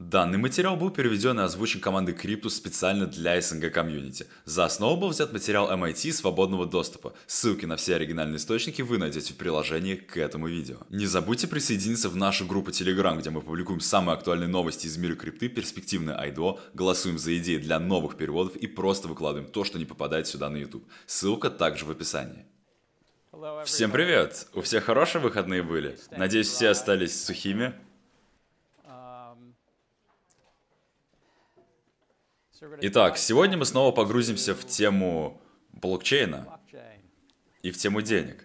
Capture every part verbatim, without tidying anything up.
Данный материал был переведен и озвучен командой Cryptus специально для эс эн гэ комьюнити. За основу был взят материал эм ай ти свободного доступа. Ссылки на все оригинальные источники вы найдете в приложении к этому видео. Не забудьте присоединиться в нашу группу Telegram, где мы публикуем самые актуальные новости из мира крипты, перспективное ай ди о, голосуем за идеи для новых переводов и просто выкладываем то, что не попадает сюда на YouTube. Ссылка также в описании. Всем привет! У всех хорошие выходные были? Надеюсь, все остались сухими? Итак, сегодня мы снова погрузимся в тему блокчейна и в тему денег.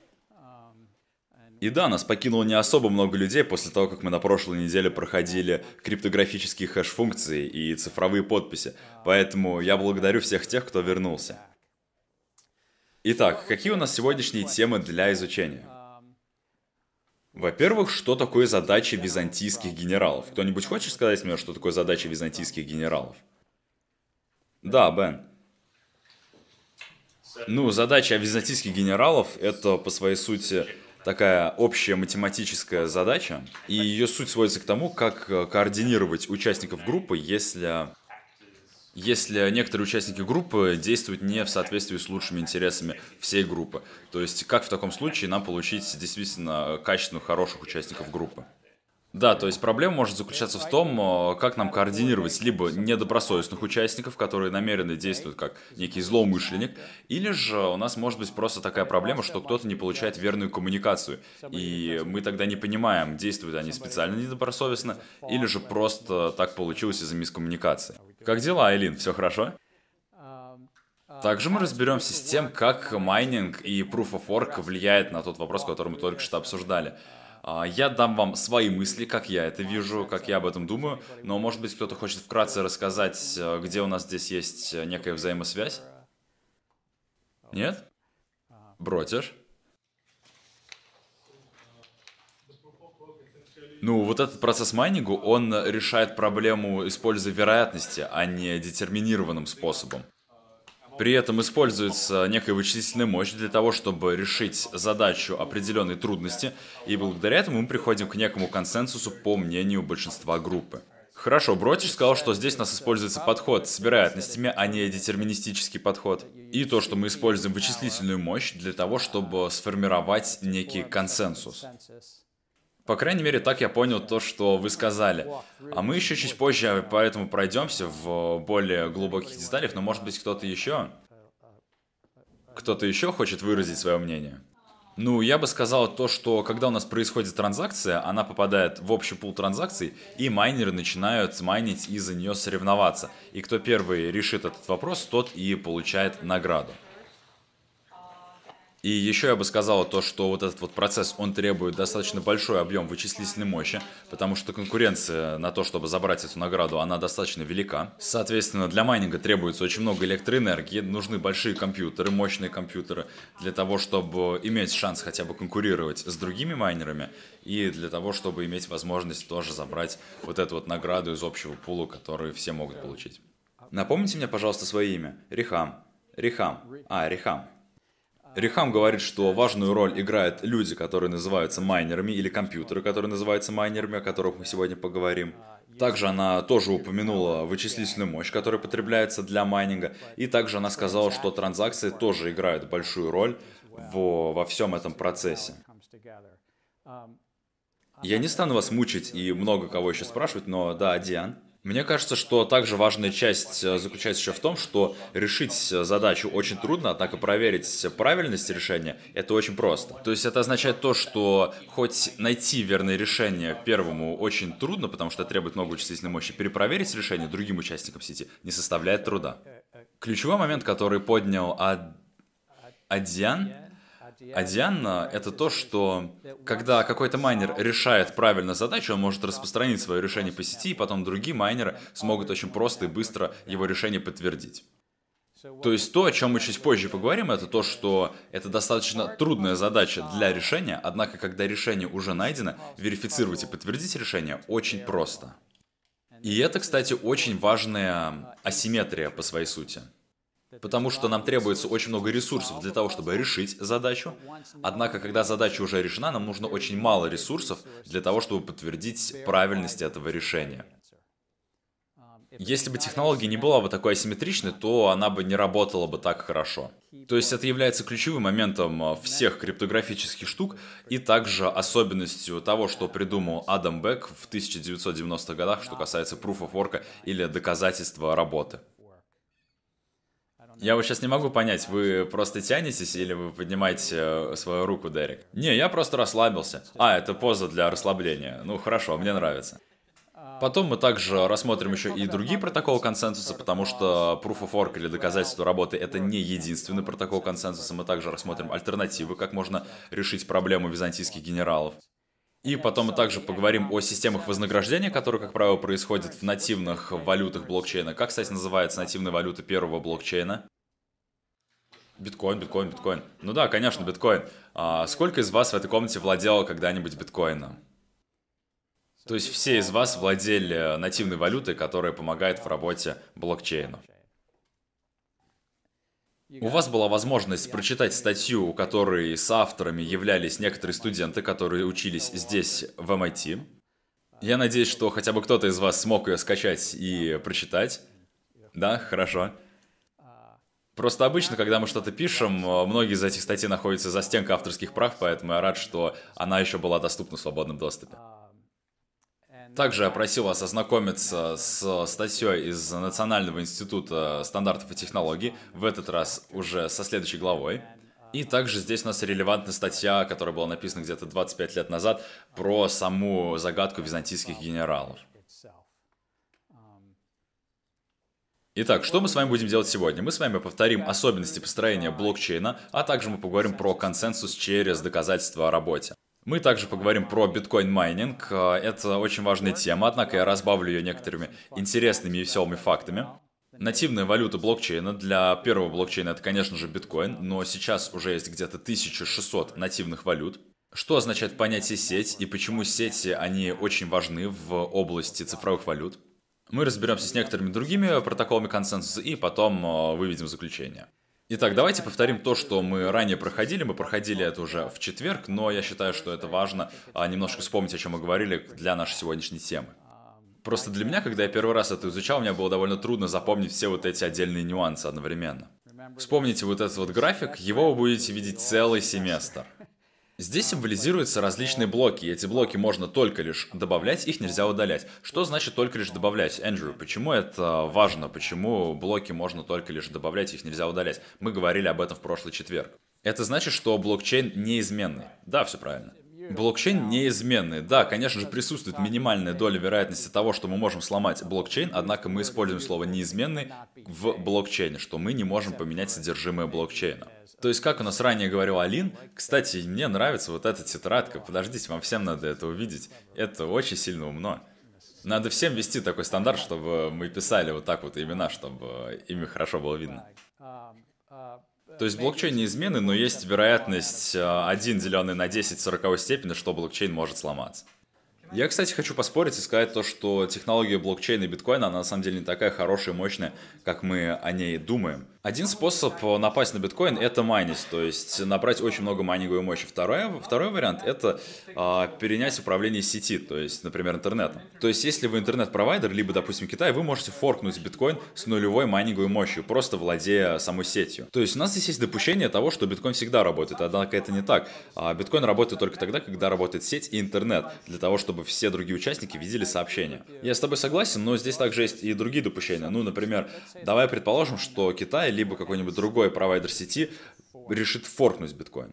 И да, нас покинуло не особо много людей после того, как мы на прошлой неделе проходили криптографические хэш-функции и цифровые подписи, поэтому я благодарю всех тех, кто вернулся. Итак, какие у нас сегодняшние темы для изучения? Во-первых, что такое задачи византийских генералов? Кто-нибудь хочет сказать мне, что такое задачи византийских генералов? Да, Бен. Ну, задача византийских генералов — это, по своей сути, такая общая математическая задача, и ее суть сводится к тому, как координировать участников группы, если, если некоторые участники группы действуют не в соответствии с лучшими интересами всей группы. То есть, как в таком случае нам получить действительно качественных, хороших участников группы. Да, то есть проблема может заключаться в том, как нам координировать либо недобросовестных участников, которые намеренно действуют как некий злоумышленник, или же у нас может быть просто такая проблема, что кто-то не получает верную коммуникацию, и мы тогда не понимаем, действуют они специально недобросовестно, или же просто так получилось из-за мискоммуникации. Как дела, Айлин? Все хорошо? Также мы разберемся с тем, как майнинг и Proof of Work влияет на тот вопрос, который мы только что обсуждали. Я дам вам свои мысли, как я это вижу, как я об этом думаю, но, может быть, кто-то хочет вкратце рассказать, где у нас здесь есть некая взаимосвязь? Нет? Бротишь? Ну, вот этот процесс майнингу, он решает проблему, используя вероятности, а не детерминированным способом. При этом используется некая вычислительная мощь для того, чтобы решить задачу определенной трудности, и благодаря этому мы приходим к некому консенсусу по мнению большинства группы. Хорошо, Бротиш сказал, что здесь у нас используется подход с вероятностями, а не детерминистический подход. И то, что мы используем вычислительную мощь для того, чтобы сформировать некий консенсус. По крайней мере, так я понял то, что вы сказали. А мы еще чуть позже поэтому пройдемся в более глубоких деталях, но может быть кто-то еще... Кто-то еще хочет выразить свое мнение? Ну, я бы сказал то, что когда у нас происходит транзакция, она попадает в общий пул транзакций, и майнеры начинают майнить и за нее соревноваться. И кто первый решит этот вопрос, тот и получает награду. И еще я бы сказал то, что вот этот вот процесс, он требует достаточно большой объем вычислительной мощи, потому что конкуренция на то, чтобы забрать эту награду, она достаточно велика. Соответственно, для майнинга требуется очень много электроэнергии, нужны большие компьютеры, мощные компьютеры, для того, чтобы иметь шанс хотя бы конкурировать с другими майнерами, и для того, чтобы иметь возможность тоже забрать вот эту вот награду из общего пула, который все могут получить. Напомните мне, пожалуйста, свое имя. Рихам. Рихам. А, Рихам. Рихам говорит, что важную роль играют люди, которые называются майнерами, или компьютеры, которые называются майнерами, о которых мы сегодня поговорим. Также она тоже упомянула вычислительную мощь, которая потребляется для майнинга. И также она сказала, что транзакции тоже играют большую роль во, во всем этом процессе. Я не стану вас мучить и много кого еще спрашивать, но да, Диан. Мне кажется, что также важная часть заключается еще в том, что решить задачу очень трудно, однако проверить правильность решения — это очень просто. То есть это означает то, что хоть найти верное решение первому очень трудно, потому что это требует много вычислительной мощи, перепроверить решение другим участникам сети не составляет труда. Ключевой момент, который поднял Ад... Адьян, Адьян — это то, что когда какой-то майнер решает правильно задачу, он может распространить свое решение по сети, и потом другие майнеры смогут очень просто и быстро его решение подтвердить. То есть то, о чем мы чуть позже поговорим, это то, что это достаточно трудная задача для решения, однако когда решение уже найдено, верифицировать и подтвердить решение очень просто. И это, кстати, очень важная асимметрия по своей сути. Потому что нам требуется очень много ресурсов для того, чтобы решить задачу. Однако, когда задача уже решена, нам нужно очень мало ресурсов для того, чтобы подтвердить правильность этого решения. Если бы технология не была бы такой асимметричной, то она бы не работала бы так хорошо. То есть это является ключевым моментом а, всех криптографических штук и также особенностью того, что придумал Адам Бек в тысяча девятьсот девяностых годах, что касается Proof of Work или доказательства работы. Я вот сейчас не могу понять, вы просто тянетесь или вы поднимаете э, свою руку, Дерек? Не, я просто расслабился. А, это поза для расслабления. Ну хорошо, мне нравится. Потом мы также рассмотрим еще и другие протоколы консенсуса, потому что Proof of Work или доказательство работы — это не единственный протокол консенсуса. Мы также рассмотрим альтернативы, как можно решить проблему византийских генералов. И потом мы также поговорим о системах вознаграждения, которые, как правило, происходят в нативных валютах блокчейна. Как, кстати, называется нативная валюта первого блокчейна? Биткоин, биткоин, биткоин. Ну да, конечно, биткоин. А сколько из вас в этой комнате владело когда-нибудь биткоином? То есть все из вас владели нативной валютой, которая помогает в работе блокчейна. У вас была возможность прочитать статью, у которой с авторами являлись некоторые студенты, которые учились здесь, в эм ай ти. Я надеюсь, что хотя бы кто-то из вас смог ее скачать и прочитать. Да, хорошо. Просто обычно, когда мы что-то пишем, многие из этих статей находятся за стенкой авторских прав, поэтому я рад, что она еще была доступна в свободном доступе. Также я просил вас ознакомиться с статьей из Национального института стандартов и технологий, в этот раз уже со следующей главой. И также здесь у нас релевантная статья, которая была написана где-то двадцать пять лет назад, про саму загадку византийских генералов. Итак, что мы с вами будем делать сегодня? Мы с вами повторим особенности построения блокчейна, а также мы поговорим про консенсус через доказательства о работе. Мы также поговорим про биткоин-майнинг. Это очень важная тема, однако я разбавлю ее некоторыми интересными и веселыми фактами. Нативная валюта блокчейна. Для первого блокчейна это, конечно же, биткоин, но сейчас уже есть где-то тысяча шестьсот нативных валют. Что означает понятие сеть и почему сети, они очень важны в области цифровых валют. Мы разберемся с некоторыми другими протоколами консенсуса и потом выведем заключение. Итак, давайте повторим то, что мы ранее проходили. Мы проходили это уже в четверг, но я считаю, что это важно немножко вспомнить, о чем мы говорили для нашей сегодняшней темы. Просто для меня, когда я первый раз это изучал, мне было довольно трудно запомнить все вот эти отдельные нюансы одновременно. Вспомните вот этот вот график, его вы будете видеть целый семестр. Здесь символизируются различные блоки, и эти блоки можно только лишь добавлять, их нельзя удалять. Что значит только лишь добавлять? Эндрю, почему это важно? Почему блоки можно только лишь добавлять, их нельзя удалять? Мы говорили об этом в прошлый четверг. Это значит, что блокчейн неизменный. Да, все правильно. Блокчейн неизменный. Да, конечно же, присутствует минимальная доля вероятности того, что мы можем сломать блокчейн, однако мы используем слово «неизменный» в блокчейне, что мы не можем поменять содержимое блокчейна. То есть, как у нас ранее говорил Алин, кстати, мне нравится вот эта тетрадка, подождите, вам всем надо это увидеть, это очень сильно умно. Надо всем ввести такой стандарт, чтобы мы писали вот так вот имена, чтобы ими хорошо было видно. То есть блокчейн неизменный, но есть вероятность один деленный на десять в сороковой степени, что блокчейн может сломаться. Я, кстати, хочу поспорить и сказать то, что технология блокчейна и биткоина, она на самом деле не такая хорошая и мощная, как мы о ней думаем. Один способ напасть на биткоин — это майнить, то есть набрать очень много майнинговой мощи. Второй, второй вариант — это а, перенять управление сети, то есть, например, интернетом. То есть, если вы интернет-провайдер, либо, допустим, Китай, вы можете форкнуть биткоин с нулевой майнинговой мощью, просто владея самой сетью. То есть, у нас здесь есть допущение того, что биткоин всегда работает, однако это не так. А биткоин работает только тогда, когда работает сеть и интернет, для того, чтобы все другие участники видели сообщения. Я с тобой согласен, но здесь также есть и другие допущения. Ну, например, давай предположим, что Китай либо какой-нибудь другой провайдер сети решит форкнуть биткоин.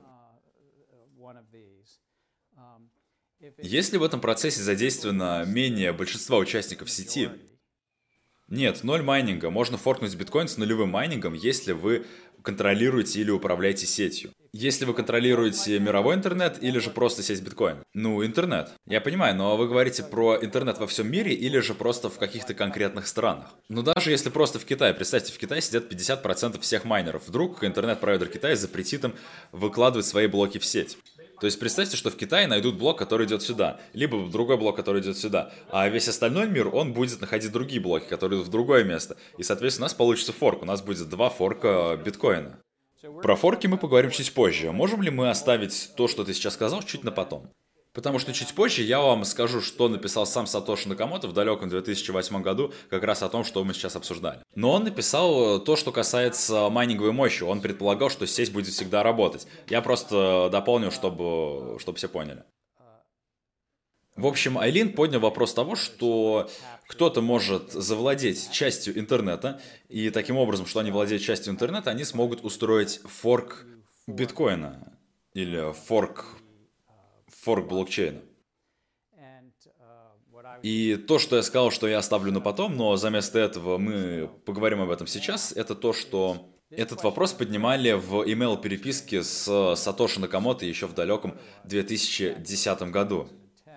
Если в этом процессе задействовано менее большинства участников сети, нет, ноль майнинга, можно форкнуть биткоин с нулевым майнингом, если вы контролируете или управляете сетью. Если вы контролируете мировой интернет или же просто сеть биткоин? Ну, интернет. Я понимаю, но вы говорите про интернет во всем мире или же просто в каких-то конкретных странах? Ну, даже если просто в Китае. Представьте, в Китае сидят пятьдесят процентов всех майнеров. Вдруг интернет-провайдер Китая запретит им выкладывать свои блоки в сеть. То есть представьте, что в Китае найдут блок, который идет сюда, либо другой блок, который идет сюда, а весь остальной мир, он будет находить другие блоки, которые идут в другое место. И, соответственно, у нас получится форк, у нас будет два форка биткоина. Про форки мы поговорим чуть позже. Можем ли мы оставить то, что ты сейчас сказал, чуть на потом? Потому что чуть позже я вам скажу, что написал сам Сатоши Накамото в далеком две тысячи восьмом году, как раз о том, что мы сейчас обсуждали. Но он написал то, что касается майнинговой мощи. Он предполагал, что сеть будет всегда работать. Я просто дополню, чтобы, чтобы все поняли. В общем, Айлин поднял вопрос того, что кто-то может завладеть частью интернета, и таким образом, что они владеют частью интернета, они смогут устроить форк биткоина или форк, форк блокчейна. И то, что я сказал, что я оставлю на потом, но заместо этого мы поговорим об этом сейчас, это то, что этот вопрос поднимали в имейл-переписке с Сатоши Накамото еще в далеком две тысячи десятом году.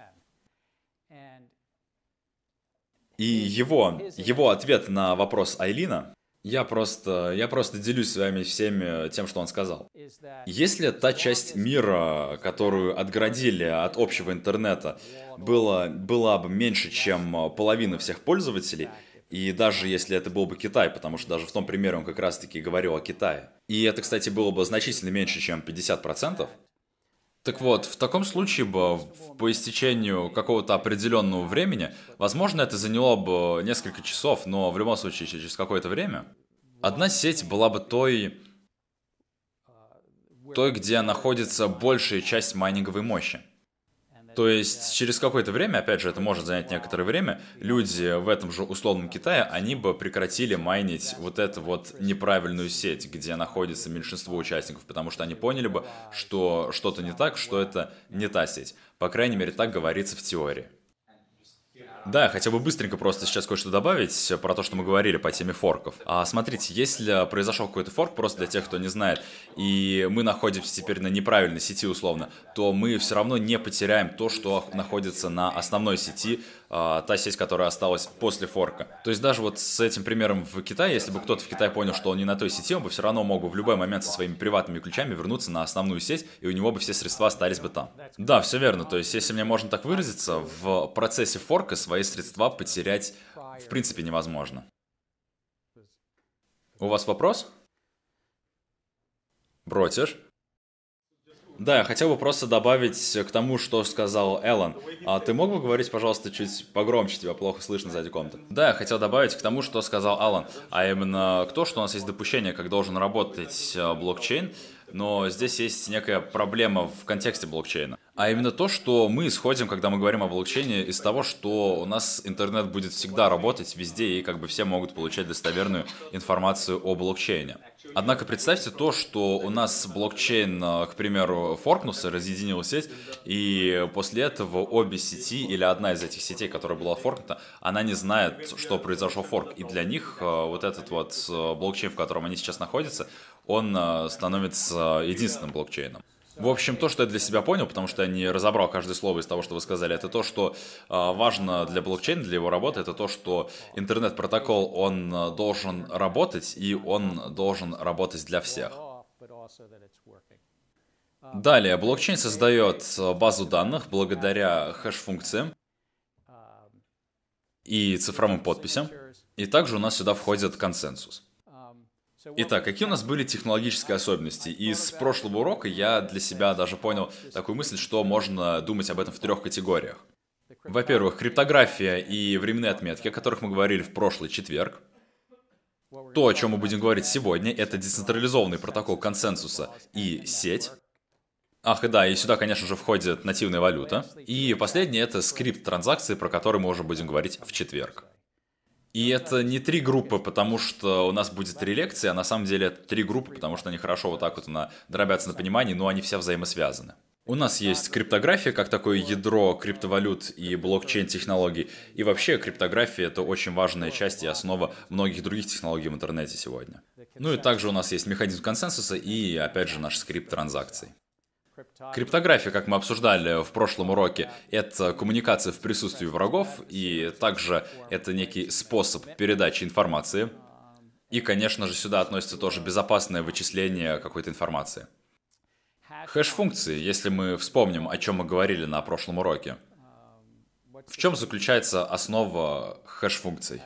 И его, его ответ на вопрос Айлина, я просто, я просто делюсь с вами всеми тем, что он сказал. Если та часть мира, которую отгородили от общего интернета, была, была бы меньше, чем половина всех пользователей, и даже если это был бы Китай, потому что даже в том примере он как раз-таки говорил о Китае, и это, кстати, было бы значительно меньше, чем пятьдесят процентов, так вот, в таком случае бы по истечению какого-то определенного времени, возможно, это заняло бы несколько часов, но в любом случае через какое-то время, одна сеть была бы той, той, где находится большая часть майнинговой мощи. То есть через какое-то время, опять же, это может занять некоторое время, люди в этом же условном Китае, они бы прекратили майнить вот эту вот неправильную сеть, где находится меньшинство участников, потому что они поняли бы, что что-то не так, что это не та сеть. По крайней мере, так говорится в теории. Да, я хотел бы быстренько просто сейчас кое-что добавить про то, что мы говорили по теме форков. А смотрите, если произошел какой-то форк, просто для тех, кто не знает, и мы находимся теперь на неправильной сети условно, то мы все равно не потеряем то, что находится на основной сети, а, та сеть, которая осталась после форка. То есть даже вот с этим примером в Китае, если бы кто-то в Китае понял, что он не на той сети, он бы все равно мог бы в любой момент со своими приватными ключами вернуться на основную сеть, и у него бы все средства остались бы там. Да, все верно. То есть, если мне можно так выразиться, в процессе форка свои средства потерять в принципе невозможно. У вас вопрос? Бротиш? Да, я хотел бы просто добавить к тому, что сказал Эллен. А ты мог бы говорить, пожалуйста, чуть погромче, тебя плохо слышно сзади комнаты? Да, я хотел добавить к тому, что сказал Алан, а именно к тому, что у нас есть допущение, как должен работать блокчейн, но здесь есть некая проблема в контексте блокчейна. А именно то, что мы исходим, когда мы говорим о блокчейне, из того, что у нас интернет будет всегда работать везде, и как бы все могут получать достоверную информацию о блокчейне. Однако представьте то, что у нас блокчейн, к примеру, форкнулся, разъединил сеть, и после этого обе сети, или одна из этих сетей, которая была форкнута, она не знает, что произошел форк. И для них вот этот вот блокчейн, в котором они сейчас находятся, он становится единственным блокчейном. В общем, то, что я для себя понял, потому что я не разобрал каждое слово из того, что вы сказали, это то, что э, важно для блокчейна, для его работы, это то, что интернет-протокол, он должен работать, и он должен работать для всех. Далее, блокчейн создает базу данных благодаря хэш-функциям и цифровым подписям, и также у нас сюда входит консенсус. Итак, какие у нас были технологические особенности? Из прошлого урока я для себя даже понял такую мысль, что можно думать об этом в трех категориях. Во-первых, криптография и временные отметки, о которых мы говорили в прошлый четверг. То, о чем мы будем говорить сегодня, это децентрализованный протокол консенсуса и сеть. Ах, и да, и сюда, конечно же, входит нативная валюта. И последнее — это скрипт-транзакции, про которые мы уже будем говорить в четверг. И это не три группы, потому что у нас будет три лекции, а на самом деле это три группы, потому что они хорошо вот так вот на, дробятся на понимании, но они все взаимосвязаны. У нас есть криптография, как такое ядро криптовалют и блокчейн-технологий. И вообще криптография — это очень важная часть и основа многих других технологий в интернете сегодня. Ну и также у нас есть механизм консенсуса и, опять же, наш скрипт транзакций. Криптография, как мы обсуждали в прошлом уроке, это коммуникация в присутствии врагов, и также это некий способ передачи информации. И, конечно же, сюда относится тоже безопасное вычисление какой-то информации. Хэш-функции, если мы вспомним, о чем мы говорили на прошлом уроке. В чем заключается основа хэш-функций?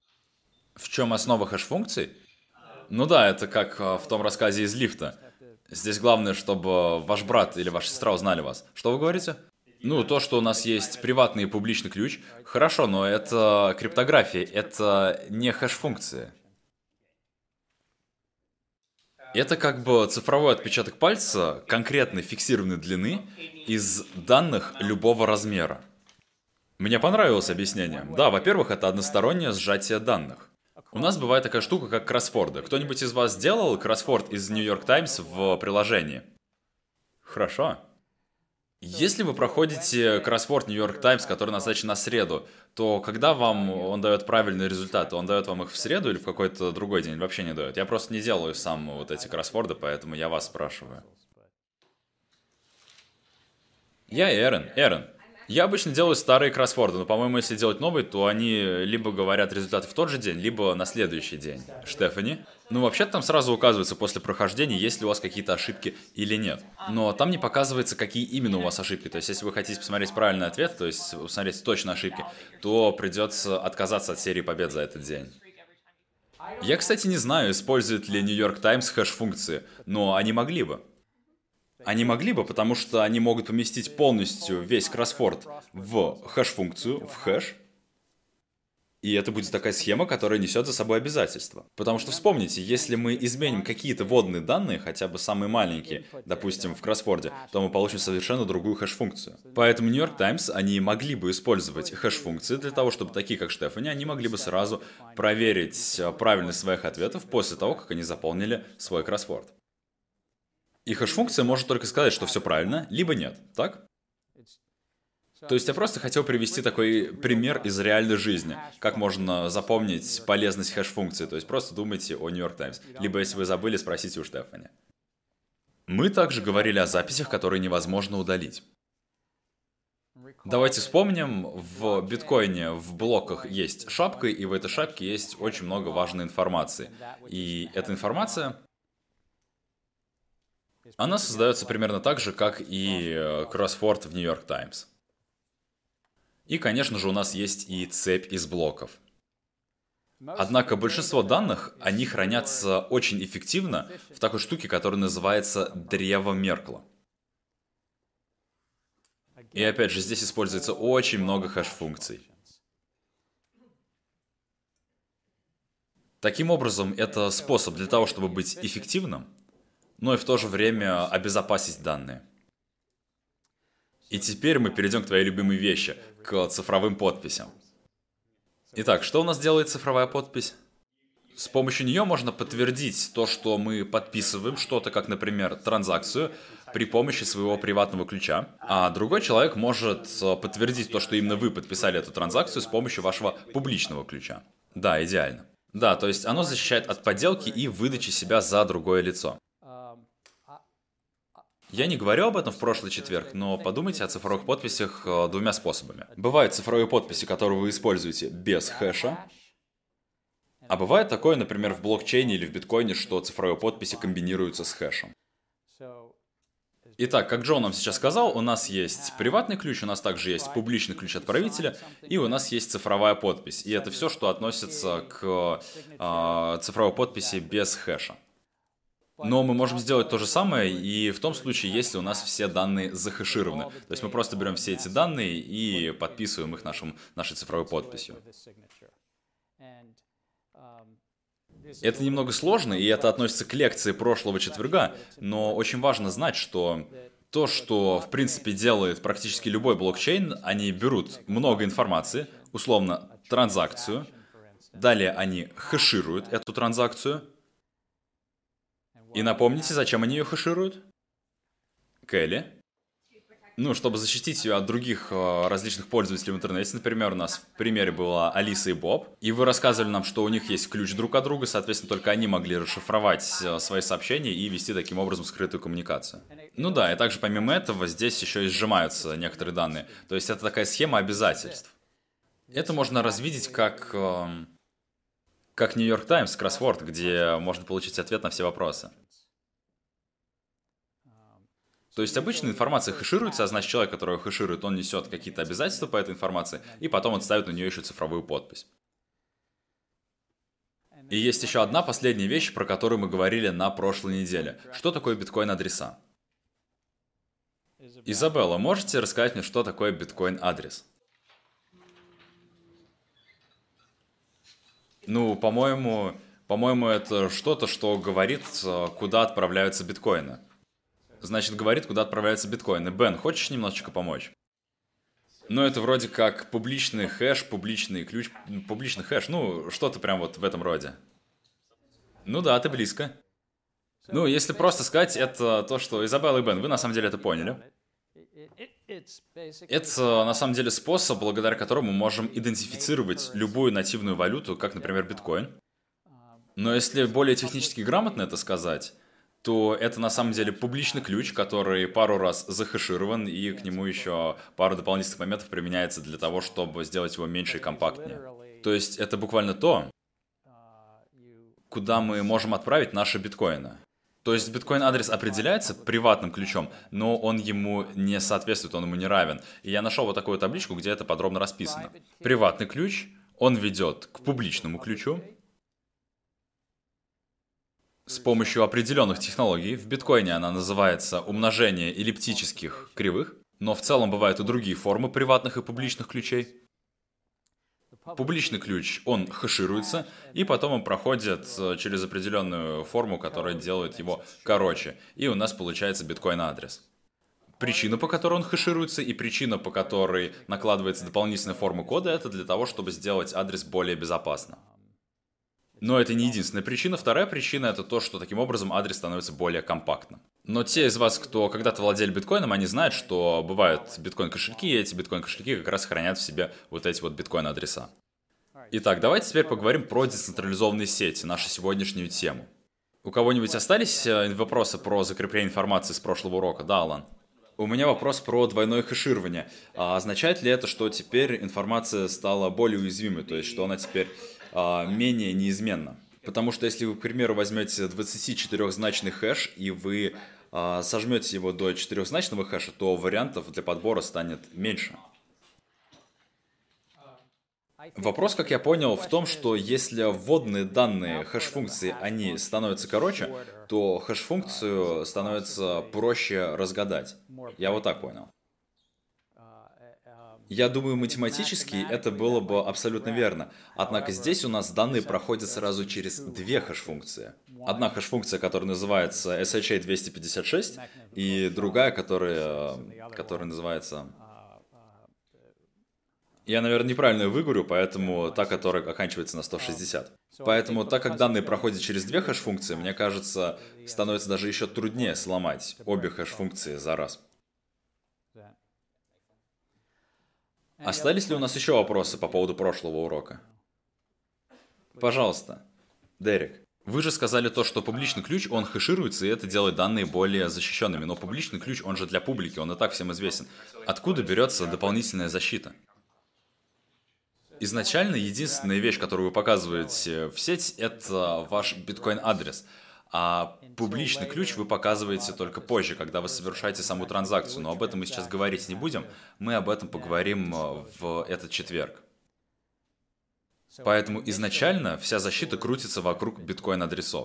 В чем основа хэш-функций? Ну да, это как в том рассказе из лифта. Здесь главное, чтобы ваш брат или ваша сестра узнали вас. Что вы говорите? Ну, то, что у нас есть приватный и публичный ключ, хорошо, но это криптография, это не хэш-функции. Это как бы цифровой отпечаток пальца конкретной фиксированной длины из данных любого размера. Мне понравилось объяснение. Да, во-первых, это одностороннее сжатие данных. У нас бывает такая штука, как кроссворды. Кто-нибудь из вас делал кроссворд из New York Times в приложении? Хорошо. Если вы проходите кроссворд New York Times, который назначен на среду, то когда вам он дает правильные результаты, он дает вам их в среду или в какой-то другой день? Вообще не дает. Я просто не делаю сам вот эти кроссворды, поэтому я вас спрашиваю. Я Эрен. Эрен. Я обычно делаю старые кроссворды, но, по-моему, если делать новые, то они либо говорят результаты в тот же день, либо на следующий день. Штефани? Ну, вообще-то там сразу указывается после прохождения, есть ли у вас какие-то ошибки или нет. Но там не показывается, какие именно у вас ошибки. То есть, если вы хотите посмотреть правильный ответ, то есть посмотреть точно ошибки, то придется отказаться от серии побед за этот день. Я, кстати, не знаю, использует ли New York Times хэш-функции, но они могли бы. Они могли бы, потому что они могут поместить полностью весь кроссворд в хэш-функцию, в хэш. И это будет такая схема, которая несет за собой обязательства. Потому что вспомните, если мы изменим какие-то вводные данные, хотя бы самые маленькие, допустим, в кроссворде, то мы получим совершенно другую хэш-функцию. Поэтому New York Times, они могли бы использовать хэш-функции для того, чтобы такие, как Штефани, они могли бы сразу проверить правильность своих ответов после того, как они заполнили свой кроссворд. И хэш-функция может только сказать, что все правильно, либо нет, так? То есть я просто хотел привести такой пример из реальной жизни, как можно запомнить полезность хэш-функции, то есть просто думайте о New York Times, либо если вы забыли, спросите у Штефани. Мы также говорили о записях, которые невозможно удалить. Давайте вспомним, в биткоине в блоках есть шапка, и в этой шапке есть очень много важной информации. И эта информация... Она создается примерно так же, как и кроссворд в New York Times. И, конечно же, у нас есть и цепь из блоков. Однако большинство данных, они хранятся очень эффективно в такой штуке, которая называется древо Меркла. И опять же, здесь используется очень много хэш-функций. Таким образом, это способ для того, чтобы быть эффективным, но и в то же время обезопасить данные. И теперь мы перейдем к твоей любимой вещи, к цифровым подписям. Итак, что у нас делает цифровая подпись? С помощью нее можно подтвердить то, что мы подписываем что-то, как, например, транзакцию, при помощи своего приватного ключа, а другой человек может подтвердить то, что именно вы подписали эту транзакцию с помощью вашего публичного ключа. Да, идеально. Да, то есть оно защищает от подделки и выдачи себя за другое лицо. Я не говорил об этом в прошлый четверг, но подумайте о цифровых подписях двумя способами. Бывают цифровые подписи, которые вы используете без хэша, а бывает такое, например, в блокчейне или в биткоине, что цифровые подписи комбинируются с хэшем. Итак, как Джо нам сейчас сказал, у нас есть приватный ключ, у нас также есть публичный ключ отправителя, и у нас есть цифровая подпись. И это все, что относится к э, цифровой подписи без хэша. Но мы можем сделать то же самое и в том случае, если у нас все данные захэшированы. То есть мы просто берем все эти данные и подписываем их нашим, нашей цифровой подписью. Это немного сложно, и это относится к лекции прошлого четверга, но очень важно знать, что то, что в принципе делает практически любой блокчейн, они берут много информации, условно транзакцию, далее они хэшируют эту транзакцию. И напомните, зачем они ее хэшируют? Келли? Ну, чтобы защитить ее от других э, различных пользователей в интернете. Например, у нас в примере была Алиса и Боб. И вы рассказывали нам, что у них есть ключ друг от друга, соответственно, только они могли расшифровать э, свои сообщения и вести таким образом скрытую коммуникацию. Ну да, и также помимо этого здесь еще и сжимаются некоторые данные. То есть это такая схема обязательств. Это можно развидеть как... Э, как New York Times, кроссворд, где можно получить ответ на все вопросы. То есть обычно информация хэшируется, а значит человек, который ее хэширует, он несет какие-то обязательства по этой информации, и потом он ставит на нее еще цифровую подпись. И есть еще одна последняя вещь, про которую мы говорили на прошлой неделе. Что такое биткоин-адреса? Изабелла, можете рассказать мне, что такое биткоин-адрес? Ну, по-моему, по-моему, это что-то, что говорит, э, куда отправляются биткоины. Значит, говорит, куда отправляются биткоины. Бен, хочешь немножечко помочь? Ну, это вроде как публичный хэш, публичный ключ, м, публичный хэш, ну, что-то прям вот в этом роде. Ну да, ты близко. Ну, если просто сказать, это то, что Изабелла и Бен, вы на самом деле это поняли. Это на самом деле способ, благодаря которому мы можем идентифицировать любую нативную валюту, как, например, биткоин. Но если более технически грамотно это сказать, то это на самом деле публичный ключ, который пару раз захэширован, и к нему еще пару дополнительных моментов применяется для того, чтобы сделать его меньше и компактнее. То есть это буквально то, куда мы можем отправить наши биткоины. То есть биткоин-адрес определяется приватным ключом, но он ему не соответствует, он ему не равен. И я нашел вот такую табличку, где это подробно расписано. Приватный ключ, он ведет к публичному ключу с помощью определенных технологий. В биткоине она называется умножение эллиптических кривых, но в целом бывают и другие формы приватных и публичных ключей. Публичный ключ, он хэшируется, и потом он проходит э, через определенную форму, которая делает его короче. И у нас получается биткоин-адрес. Причина, по которой он хэшируется, и причина, по которой накладывается дополнительная форма кода, это для того, чтобы сделать адрес более безопасно. Но это не единственная причина. Вторая причина — это то, что таким образом адрес становится более компактным. Но те из вас, кто когда-то владели биткоином, они знают, что бывают биткоин-кошельки, и эти биткоин-кошельки как раз хранят в себе вот эти вот биткоин-адреса. Итак, давайте теперь поговорим про децентрализованные сети, нашу сегодняшнюю тему. У кого-нибудь остались э, вопросы про закрепление информации с прошлого урока? Да, Алан? У меня вопрос про двойное хэширование. А означает ли это, что теперь информация стала более уязвимой, то есть что она теперь а, менее неизменна? Потому что если вы, к примеру, возьмете двадцатичетырёхзначный хэш и вы а, сожмете его до четырехзначного хэша, то вариантов для подбора станет меньше. Вопрос, как я понял, в том, что если вводные данные хэш-функции, они становятся короче, то хэш-функцию становится проще разгадать. Я вот так понял. Я думаю, математически это было бы абсолютно верно. Однако здесь у нас данные проходят сразу через две хэш-функции. Одна хэш-функция, которая называется эс эйч эй двести пятьдесят шесть, и другая, которая, которая называется... Я, наверное, неправильно выговорю, поэтому та, которая оканчивается на сто шестьдесят. Поэтому, так как данные проходят через две хэш-функции, мне кажется, становится даже еще труднее сломать обе хэш-функции за раз. Остались ли у нас еще вопросы по поводу прошлого урока? Пожалуйста, Дерек. Вы же сказали то, что публичный ключ, он хэшируется, и это делает данные более защищенными. Но публичный ключ, он же для публики, он и так всем известен. Откуда берется дополнительная защита? Изначально единственная вещь, которую вы показываете в сеть, это ваш биткоин-адрес. А публичный ключ вы показываете только позже, когда вы совершаете саму транзакцию. Но об этом мы сейчас говорить не будем. Мы об этом поговорим в этот четверг. Поэтому изначально вся защита крутится вокруг биткоин-адресов.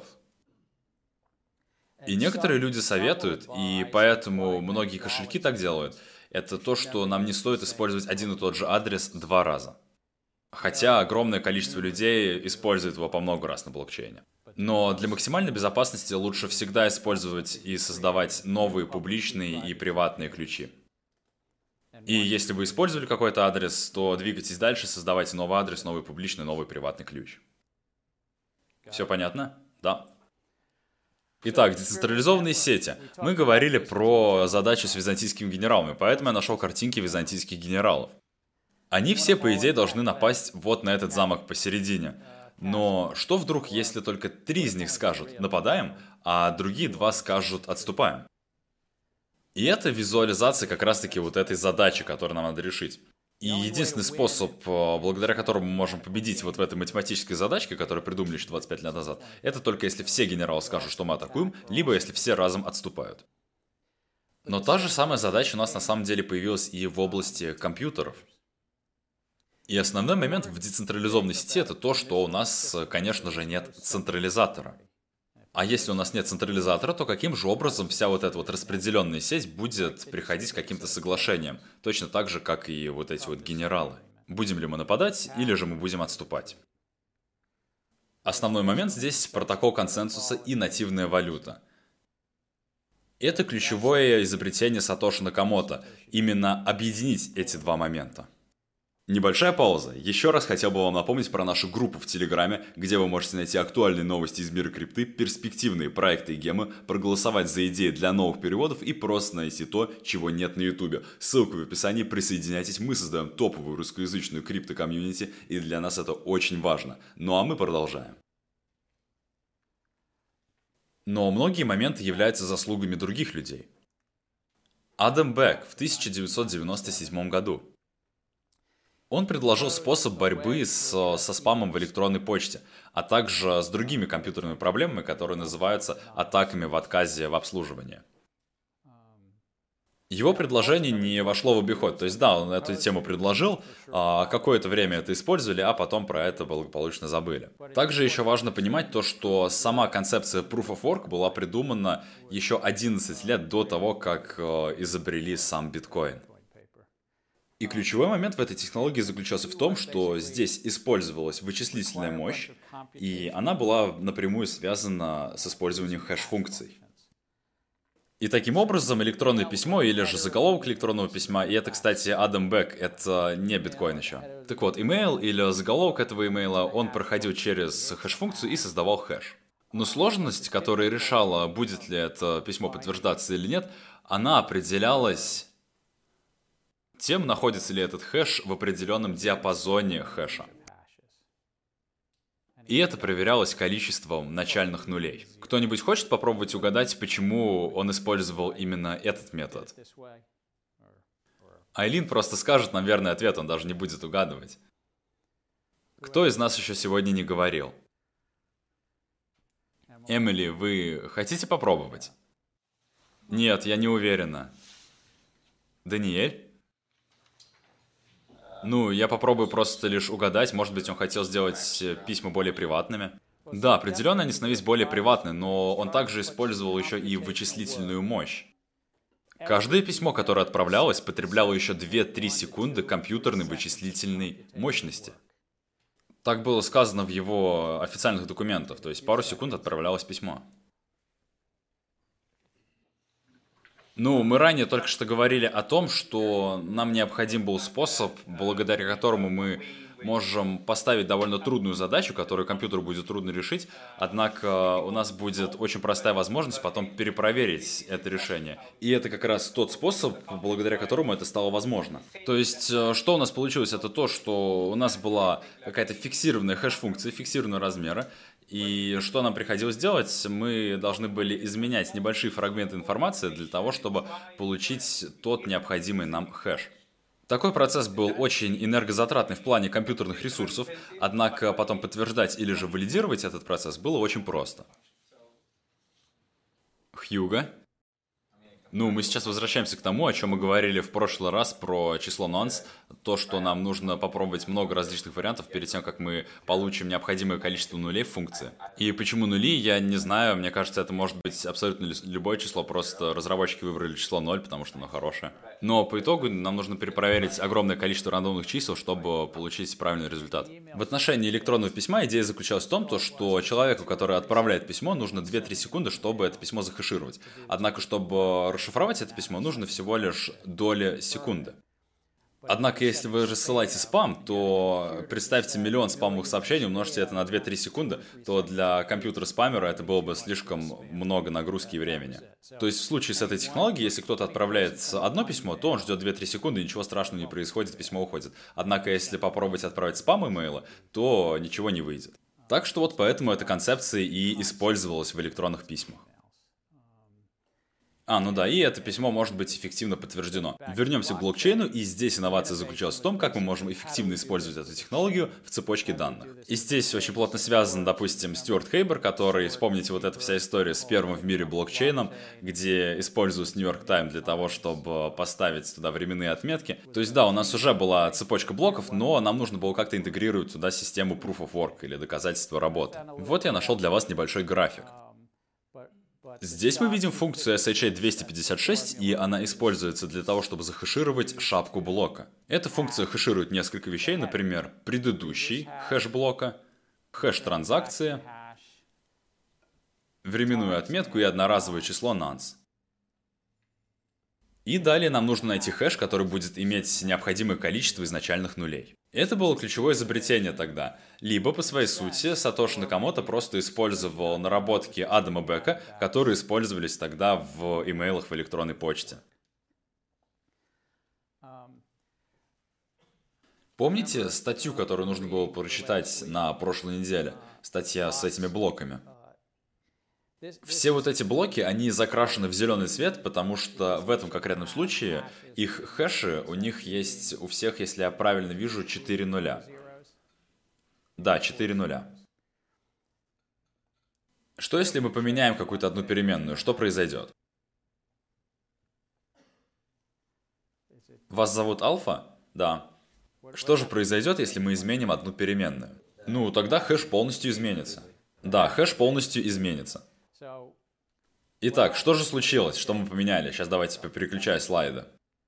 И некоторые люди советуют, и поэтому многие кошельки так делают, это то, что нам не стоит использовать один и тот же адрес два раза. Хотя огромное количество людей использует его по много раз на блокчейне. Но для максимальной безопасности лучше всегда использовать и создавать новые публичные и приватные ключи. И если вы использовали какой-то адрес, то двигайтесь дальше, создавайте новый адрес, новый публичный, новый приватный ключ. Все понятно? Да. Итак, децентрализованные сети. Мы говорили про задачу с византийскими генералами, поэтому я нашел картинки византийских генералов. Они все, по идее, должны напасть вот на этот замок посередине. Но что вдруг, если только три из них скажут «нападаем», а другие два скажут «отступаем»? И это визуализация как раз-таки вот этой задачи, которую нам надо решить. И единственный способ, благодаря которому мы можем победить вот в этой математической задачке, которую придумали еще двадцать пять лет назад, это только если все генералы скажут, что мы атакуем, либо если все разом отступают. Но та же самая задача у нас на самом деле появилась и в области компьютеров. И основной момент в децентрализованной сети — это то, что у нас, конечно же, нет централизатора. А если у нас нет централизатора, то каким же образом вся вот эта вот распределенная сеть будет приходить к каким-то соглашениям? Точно так же, как и вот эти вот генералы. Будем ли мы нападать, или же мы будем отступать? Основной момент здесь — протокол консенсуса и нативная валюта. Это ключевое изобретение Сатоши Накамото. Именно объединить эти два момента. Небольшая пауза. Еще раз хотел бы вам напомнить про нашу группу в Телеграме, где вы можете найти актуальные новости из мира крипты, перспективные проекты и гемы, проголосовать за идеи для новых переводов и просто найти то, чего нет на Ютубе. Ссылка в описании, присоединяйтесь, мы создаем топовую русскоязычную крипто-комьюнити, и для нас это очень важно. Ну а мы продолжаем. Но многие моменты являются заслугами других людей. Адам Бек в тысяча девятьсот девяносто седьмом году. Он предложил способ борьбы с, со спамом в электронной почте, а также с другими компьютерными проблемами, которые называются атаками в отказе в обслуживании. Его предложение не вошло в обиход, то есть да, он эту тему предложил, а какое-то время это использовали, а потом про это благополучно забыли. Также еще важно понимать то, что сама концепция Proof of Work была придумана еще одиннадцать лет до того, как изобрели сам биткоин. И ключевой момент в этой технологии заключался в том, что здесь использовалась вычислительная мощь, и она была напрямую связана с использованием хэш-функций. И таким образом электронное письмо или же заголовок электронного письма, и это, кстати, Адам Бек, это не биткоин еще. Так вот, имейл или заголовок этого имейла, он проходил через хэш-функцию и создавал хэш. Но сложность, которая решала, будет ли это письмо подтверждаться или нет, она определялась тем, находится ли этот хэш в определенном диапазоне хэша. И это проверялось количеством начальных нулей. Кто-нибудь хочет попробовать угадать, почему он использовал именно этот метод? Айлин просто скажет нам верный ответ, он даже не будет угадывать. Кто из нас еще сегодня не говорил? Эмили, вы хотите попробовать? Нет, я не уверена. Даниэль? Ну, я попробую просто лишь угадать, может быть, он хотел сделать письма более приватными. Да, определенно они становились более приватны, но он также использовал еще и вычислительную мощь. Каждое письмо, которое отправлялось, потребляло еще две-три секунды компьютерной вычислительной мощности. Так было сказано в его официальных документах, то есть пару секунд отправлялось письмо. Ну, мы ранее только что говорили о том, что нам необходим был способ, благодаря которому мы можем поставить довольно трудную задачу, которую компьютеру будет трудно решить, однако у нас будет очень простая возможность потом перепроверить это решение. И это как раз тот способ, благодаря которому это стало возможно. То есть, что у нас получилось, это то, что у нас была какая-то фиксированная хэш-функция, фиксированного размера, и что нам приходилось делать? Мы должны были изменять небольшие фрагменты информации для того, чтобы получить тот необходимый нам хэш. Такой процесс был очень энергозатратный в плане компьютерных ресурсов, однако потом подтверждать или же валидировать этот процесс было очень просто. Хьюго? Ну, мы сейчас возвращаемся к тому, о чем мы говорили в прошлый раз про число nonce, то, что нам нужно попробовать много различных вариантов перед тем, как мы получим необходимое количество нулей в функции. И почему нули, я не знаю, мне кажется, это может быть абсолютно любое число, просто разработчики выбрали число ноль, потому что оно хорошее. Но по итогу нам нужно перепроверить огромное количество рандомных чисел, чтобы получить правильный результат. В отношении электронного письма идея заключалась в том, то, что человеку, который отправляет письмо, нужно две-три секунды, чтобы это письмо захешировать. Однако, чтобы расшифровать это письмо, нужно всего лишь доля секунды. Однако, если вы рассылаете спам, то представьте миллион спамовых сообщений, умножьте это на две-три секунды, то для компьютера-спамера это было бы слишком много нагрузки и времени. То есть в случае с этой технологией, если кто-то отправляет одно письмо, то он ждет две-три секунды, ничего страшного не происходит, письмо уходит. Однако, если попробовать отправить спам-имейла, то ничего не выйдет. Так что вот поэтому эта концепция и использовалась в электронных письмах. А, ну да, и это письмо может быть эффективно подтверждено. Вернемся к блокчейну, и здесь инновация заключалась в том, как мы можем эффективно использовать эту технологию в цепочке данных. И здесь очень плотно связан, допустим, Стюарт Хейбер, который, вспомните, вот эта вся история с первым в мире блокчейном, где используется Нью-Йорк Тайм для того, чтобы поставить туда временные отметки. То есть да, у нас уже была цепочка блоков, но нам нужно было как-то интегрировать туда систему Proof of Work или доказательства работы. Вот я нашел для вас небольшой график. Здесь мы видим функцию эс эйч эй двести пятьдесят шесть, и она используется для того, чтобы захэшировать шапку блока. Эта функция хэширует несколько вещей, например, предыдущий хэш блока, хэш транзакции, временную отметку и одноразовое число nonce. И далее нам нужно найти хэш, который будет иметь необходимое количество изначальных нулей. Это было ключевое изобретение тогда. Либо, по своей сути, Сатоши Накамото просто использовал наработки Адама Бека, которые использовались тогда в имейлах в электронной почте. Помните статью, которую нужно было прочитать на прошлой неделе? Статья с этими блоками. Все вот эти блоки, они закрашены в зеленый цвет, потому что в этом конкретном случае их хэши, у них есть, у всех, если я правильно вижу, четыре нуля. Да, четыре нуля. Что если мы поменяем какую-то одну переменную? Что произойдет? Вас зовут Алфа? Да. Что же произойдет, если мы изменим одну переменную? Ну, тогда хэш полностью изменится. Да, хэш полностью изменится. Итак, что же случилось? Что мы поменяли? Сейчас давайте переключаю слайды.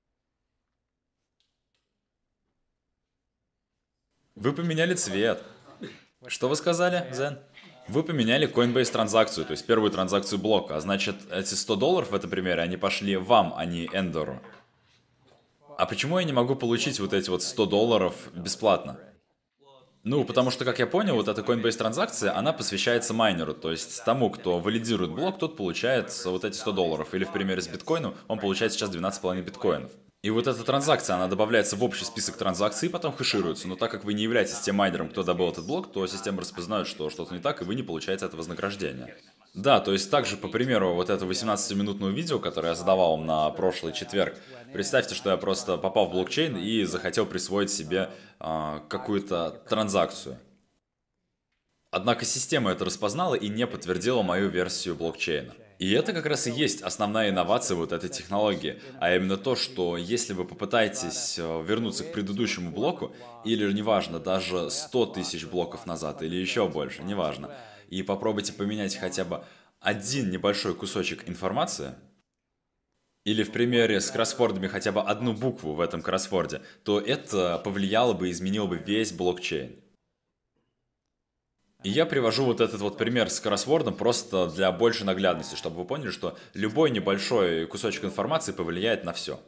Вы поменяли цвет. Что вы сказали, Зен? Вы поменяли Coinbase транзакцию, то есть первую транзакцию блока. А значит, эти сто долларов в этом примере, они пошли вам, а не Эндору. А почему я не могу получить вот эти вот сто долларов бесплатно? Ну, потому что, как я понял, вот эта Coinbase транзакция, она посвящается майнеру, то есть тому, кто валидирует блок, тот получает вот эти сто долларов. Или в примере с биткоином, он получает сейчас двенадцать с половиной биткоинов. И вот эта транзакция, она добавляется в общий список транзакций и потом хэшируется. Но так как вы не являетесь тем майнером, кто добыл этот блок, то система распознает, что что-то не так, и вы не получаете это вознаграждение. Да, то есть также, по примеру, вот этого восемнадцатиминутного видео, которое я задавал вам на прошлый четверг, представьте, что я просто попал в блокчейн и захотел присвоить себе э, какую-то транзакцию. Однако система это распознала и не подтвердила мою версию блокчейна. И это как раз и есть основная инновация вот этой технологии, а именно то, что если вы попытаетесь вернуться к предыдущему блоку, или, неважно, даже сто тысяч блоков назад, или еще больше, неважно, и попробуйте поменять хотя бы один небольшой кусочек информации, или в примере с кроссвордами хотя бы одну букву в этом кроссворде, то это повлияло бы и изменило бы весь блокчейн. И я привожу вот этот вот пример с кроссвордом просто для большей наглядности, чтобы вы поняли, что любой небольшой кусочек информации повлияет на все.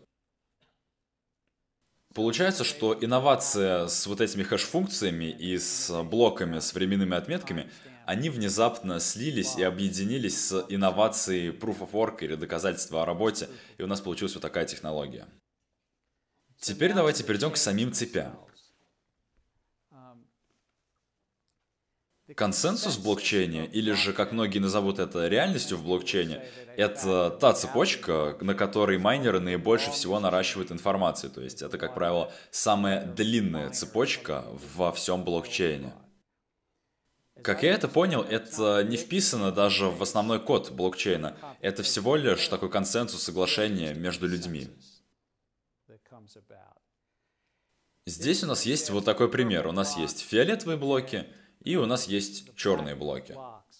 Получается, что инновация с вот этими хэш-функциями и с блоками с временными отметками, они внезапно слились и объединились с инновацией Proof of Work или доказательства о работе, и у нас получилась вот такая технология. Теперь давайте перейдем к самим цепям. Консенсус в блокчейне, или же, как многие назовут это, реальностью в блокчейне, это та цепочка, на которой майнеры наибольше всего наращивают информацию. То есть это, как правило, самая длинная цепочка во всем блокчейне. Как я это понял, это не вписано даже в основной код блокчейна. Это всего лишь такой консенсус, соглашение между людьми. Здесь у нас есть вот такой пример. У нас есть фиолетовые блоки, и у нас есть черные блоки.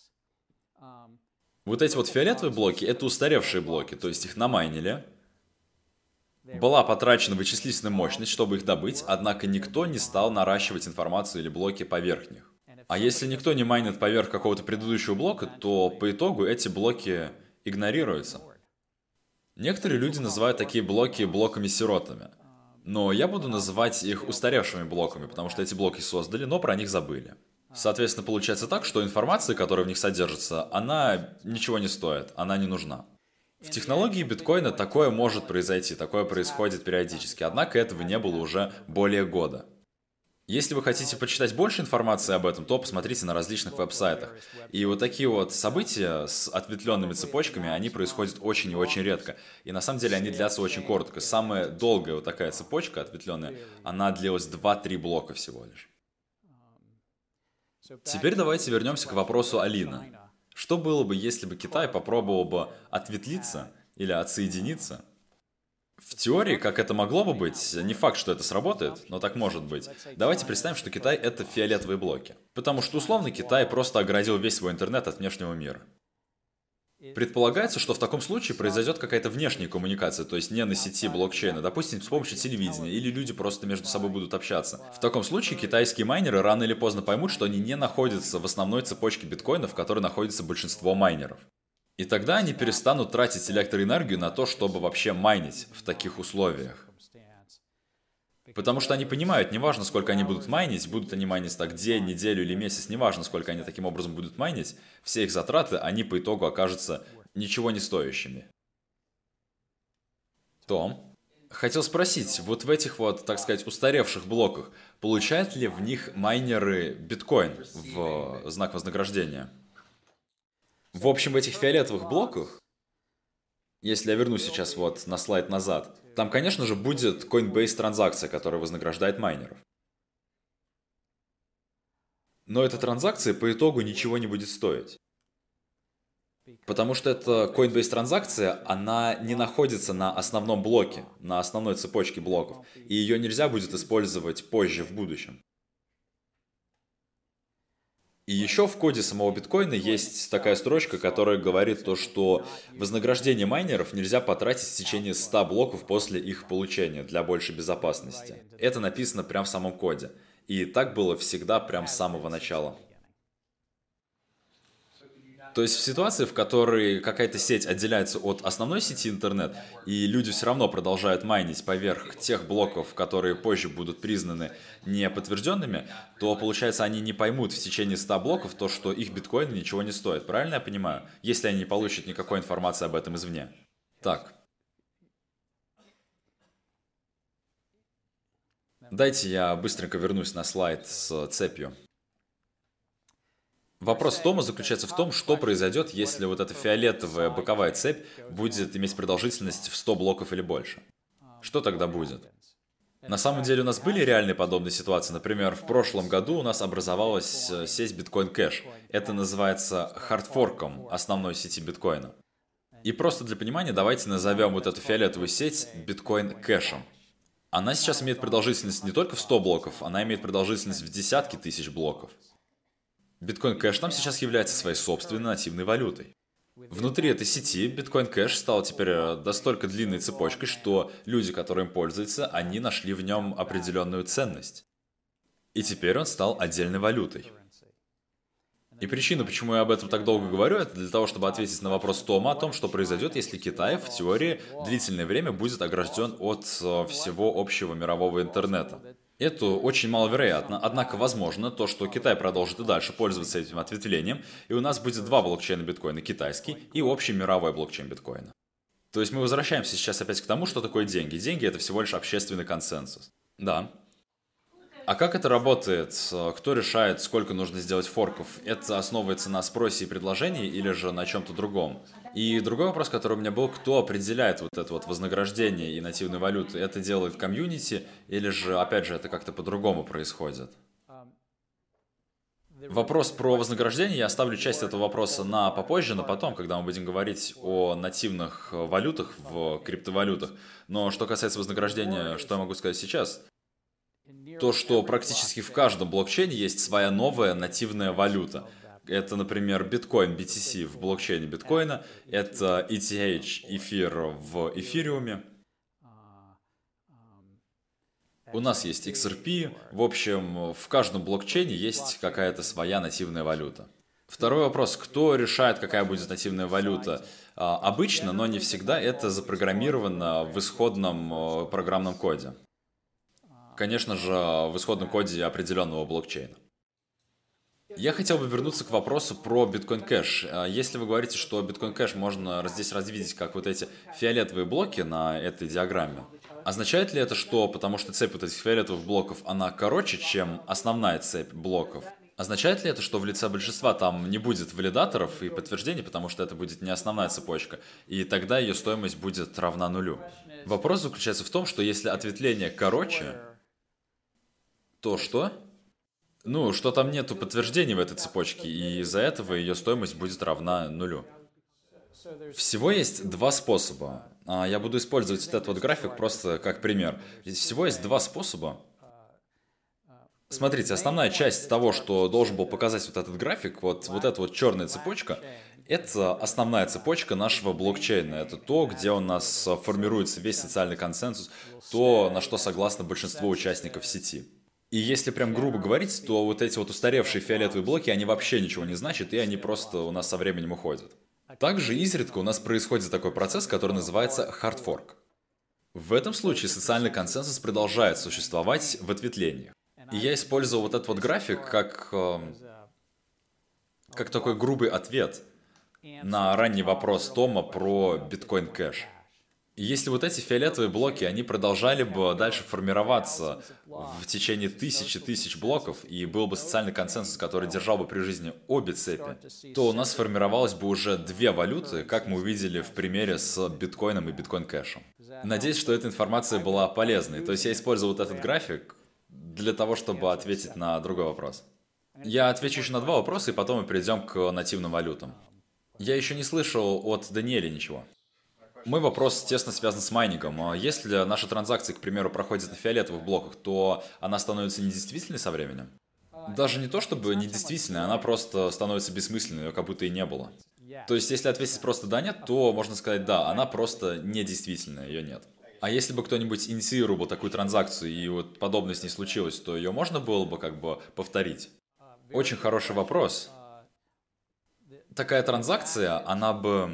Вот эти вот фиолетовые блоки — это устаревшие блоки, то есть их намайнили. Была потрачена вычислительная мощность, чтобы их добыть, однако никто не стал наращивать информацию или блоки поверх них. А если никто не майнит поверх какого-то предыдущего блока, то по итогу эти блоки игнорируются. Некоторые люди называют такие блоки блоками-сиротами. Но я буду называть их устаревшими блоками, потому что эти блоки создали, но про них забыли. Соответственно, получается так, что информация, которая в них содержится, она ничего не стоит, она не нужна. В технологии биткоина такое может произойти, такое происходит периодически, однако этого не было уже более года. Если вы хотите почитать больше информации об этом, то посмотрите на различных веб-сайтах. И вот такие вот события с ответвленными цепочками, они происходят очень и очень редко. И на самом деле они длятся очень коротко. Самая долгая вот такая цепочка ответвленная, она длилась два-три блока всего лишь. Теперь давайте вернемся к вопросу Алины. Что было бы, если бы Китай попробовал бы ответвиться или отсоединиться? В теории, как это могло бы быть, не факт, что это сработает, но так может быть. Давайте представим, что Китай — это фиолетовые блоки. Потому что, условно, Китай просто оградил весь свой интернет от внешнего мира. Предполагается, что в таком случае произойдет какая-то внешняя коммуникация, то есть не на сети блокчейна, допустим, с помощью телевидения, или люди просто между собой будут общаться. В таком случае китайские майнеры рано или поздно поймут, что они не находятся в основной цепочке биткоина, в которой находится большинство майнеров. И тогда они перестанут тратить электроэнергию на то, чтобы вообще майнить в таких условиях. Потому что они понимают, неважно, сколько они будут майнить, будут они майнить так день, неделю или месяц, неважно, сколько они таким образом будут майнить, все их затраты, они по итогу окажутся ничего не стоящими. Том, хотел спросить, вот в этих вот, так сказать, устаревших блоках, получают ли в них майнеры биткоин в знак вознаграждения? В общем, в этих фиолетовых блоках, если я вернусь сейчас вот на слайд назад, там, конечно же, будет Coinbase транзакция, которая вознаграждает майнеров. Но эта транзакция по итогу ничего не будет стоить. Потому что эта Coinbase транзакция, она не находится на основном блоке, на основной цепочке блоков, и ее нельзя будет использовать позже в будущем. И еще в коде самого биткоина есть такая строчка, которая говорит то, что вознаграждение майнеров нельзя потратить в течение ста блоков после их получения для большей безопасности. Это написано прямо в самом коде. И так было всегда прямо с самого начала. То есть в ситуации, в которой какая-то сеть отделяется от основной сети интернет, и люди все равно продолжают майнить поверх тех блоков, которые позже будут признаны неподтвержденными, то, получается, они не поймут в течение ста блоков то, что их биткоины ничего не стоят. Правильно я понимаю? Если они не получат никакой информации об этом извне. Так. Дайте я быстренько вернусь на слайд с цепью. Вопрос Тома заключается в том, что произойдет, если вот эта фиолетовая боковая цепь будет иметь продолжительность в сто блоков или больше. Что тогда будет? На самом деле у нас были реальные подобные ситуации. Например, в прошлом году у нас образовалась сеть Bitcoin Cash. Это называется хардфорком основной сети биткоина. И просто для понимания давайте назовем вот эту фиолетовую сеть Bitcoin Cash'ом. Она сейчас имеет продолжительность не только в сто блоков, она имеет продолжительность в десятки тысяч блоков. Bitcoin Cash там сейчас является своей собственной нативной валютой. Внутри этой сети Bitcoin Cash стал теперь настолько длинной цепочкой, что люди, которые им пользуются, они нашли в нем определенную ценность. И теперь он стал отдельной валютой. И причина, почему я об этом так долго говорю, это для того, чтобы ответить на вопрос Тома о том, что произойдет, если Китай в теории длительное время будет огражден от всего общего мирового интернета. Это очень маловероятно, однако возможно то, что Китай продолжит и дальше пользоваться этим ответвлением, и у нас будет два блокчейна биткоина, китайский и общий мировой блокчейн биткоина. То есть мы возвращаемся сейчас опять к тому, что такое деньги. Деньги — это всего лишь общественный консенсус. Да. А как это работает? Кто решает, сколько нужно сделать форков? Это основывается на спросе и предложении или же на чем-то другом? И другой вопрос, который у меня был, кто определяет вот это вот вознаграждение и нативную валюту? Это делает комьюнити или же, опять же, это как-то по-другому происходит? Вопрос про вознаграждение, я оставлю часть этого вопроса на попозже, на потом, когда мы будем говорить о нативных валютах в криптовалютах. Но что касается вознаграждения, что я могу сказать сейчас? То, что практически в каждом блокчейне есть своя новая нативная валюта. Это, например, биткоин, би ти си в блокчейне биткоина, это и ти эйч, эфир в эфириуме. У нас есть икс ар пи. В общем, в каждом блокчейне есть какая-то своя нативная валюта. Второй вопрос. Кто решает, какая будет нативная валюта? Обычно, но не всегда, это запрограммировано в исходном программном коде. Конечно же, в исходном коде определенного блокчейна. Я хотел бы вернуться к вопросу про Bitcoin Cash. А Если вы говорите, что Bitcoin Cash можно раз- здесь развидеть как вот эти фиолетовые блоки на этой диаграмме, означает ли это, что потому что цепь вот этих фиолетовых блоков, она короче, чем основная цепь блоков? Означает ли это, что в лице большинства там не будет валидаторов и подтверждений, потому что это будет не основная цепочка, и тогда ее стоимость будет равна нулю? Вопрос заключается в том, что если ответвление короче, то что? Ну, что там нету подтверждений в этой цепочке, и из-за этого ее стоимость будет равна нулю. Всего есть два способа. А, Я буду использовать вот этот вот график просто как пример. Здесь всего есть два способа. Смотрите, основная часть того, что должен был показать вот этот график, вот, вот эта вот черная цепочка, это основная цепочка нашего блокчейна. Это то, где у нас а, формируется весь социальный консенсус, то, на что согласно большинство участников сети. И если прям грубо говорить, то вот эти вот устаревшие фиолетовые блоки, они вообще ничего не значат, и они просто у нас со временем уходят. Также изредка у нас происходит такой процесс, который называется hard fork. В этом случае социальный консенсус продолжает существовать в ответвлениях. И я использовал вот этот вот график как, эм, как такой грубый ответ на ранний вопрос Тома про Bitcoin Cash. И если вот эти фиолетовые блоки, они продолжали бы дальше формироваться в течение тысячи тысяч блоков, и был бы социальный консенсус, который держал бы при жизни обе цепи, то у нас сформировалось бы уже две валюты, как мы увидели в примере с биткоином и биткоин кэшем. Надеюсь, что эта информация была полезной. То есть я использовал вот этот график для того, чтобы ответить на другой вопрос. Я отвечу еще на два вопроса, и потом мы перейдем к нативным валютам. Я еще не слышал от Даниэля ничего. Мой вопрос тесно связан с майнингом. А Если наша транзакция, к примеру, проходит на фиолетовых блоках, то она становится недействительной со временем? Даже не то, чтобы недействительной, она просто становится бессмысленной, ее как будто и не было. То есть, если ответить просто «да», «нет», то можно сказать «да», она просто недействительная, ее нет. А если бы кто-нибудь инициировал бы такую транзакцию, и вот подобное с ней случилось, то ее можно было бы как бы повторить? Очень хороший вопрос. Такая транзакция, она бы...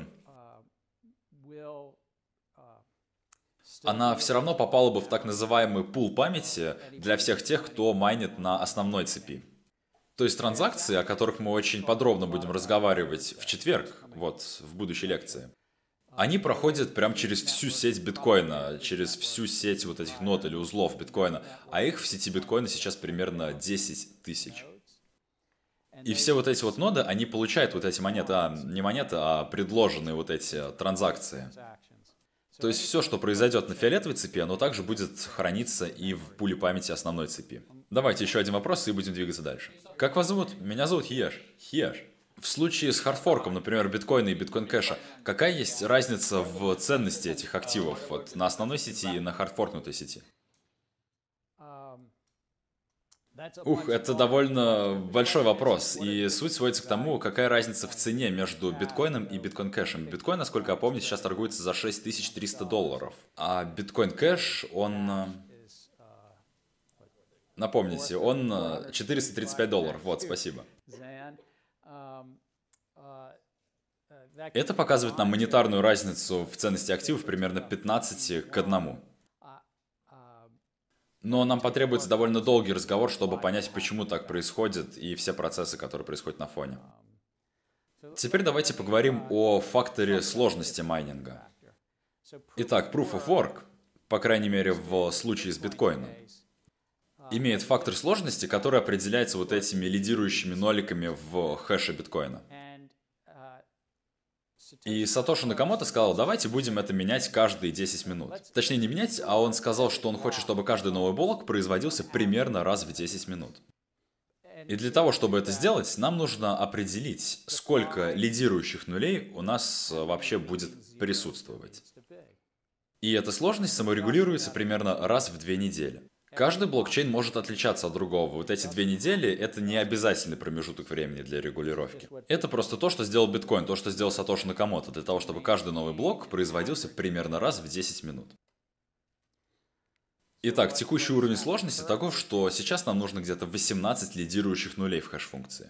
она все равно попала бы в так называемый пул памяти для всех тех, кто майнит на основной цепи. То есть транзакции, о которых мы очень подробно будем разговаривать в четверг, вот, в будущей лекции, они проходят прям через всю сеть биткоина, через всю сеть вот этих нод или узлов биткоина, а их в сети биткоина сейчас примерно десять тысяч. И все вот эти вот ноды, они получают вот эти монеты, а не монеты, а предложенные вот эти транзакции. То есть все, что произойдет на фиолетовой цепи, оно также будет храниться и в пуле памяти основной цепи. Давайте еще один вопрос и будем двигаться дальше. Как вас зовут? Меня зовут Хиеш. Хиеш. В случае с хардфорком, например, биткоина и биткоин кэша, какая есть разница в ценности этих активов вот, на основной сети и на хардфоркнутой сети? Ух, это довольно большой вопрос, и суть сводится к тому, какая разница в цене между биткоином и биткоин кэшем. Биткоин, насколько я помню, сейчас торгуется за шесть тысяч триста долларов, а биткоин кэш, он... э, Напомните, он э, четыреста тридцать пять долларов, вот, спасибо. Это показывает нам монетарную разницу в ценности активов примерно пятнадцать к одному. Но нам потребуется довольно долгий разговор, чтобы понять, почему так происходит, и все процессы, которые происходят на фоне. Теперь давайте поговорим о факторе сложности майнинга. Итак, Proof of Work, по крайней мере в случае с биткоином, имеет фактор сложности, который определяется вот этими лидирующими ноликами в хэше биткоина. И Сатоши Накамото сказал, давайте будем это менять каждые десять минут. Точнее, не менять, а он сказал, что он хочет, чтобы каждый новый блок производился примерно раз в десять минут. И для того, чтобы это сделать, нам нужно определить, сколько лидирующих нулей у нас вообще будет присутствовать. И эта сложность саморегулируется примерно раз в две недели. Каждый блокчейн может отличаться от другого. Вот эти две недели — это не обязательный промежуток времени для регулировки. Это просто то, что сделал биткоин, то, что сделал Сатоши Накамото, для того, чтобы каждый новый блок производился примерно раз в десять минут. Итак, текущий уровень сложности таков, что сейчас нам нужно где-то восемнадцать лидирующих нулей в хэш-функции.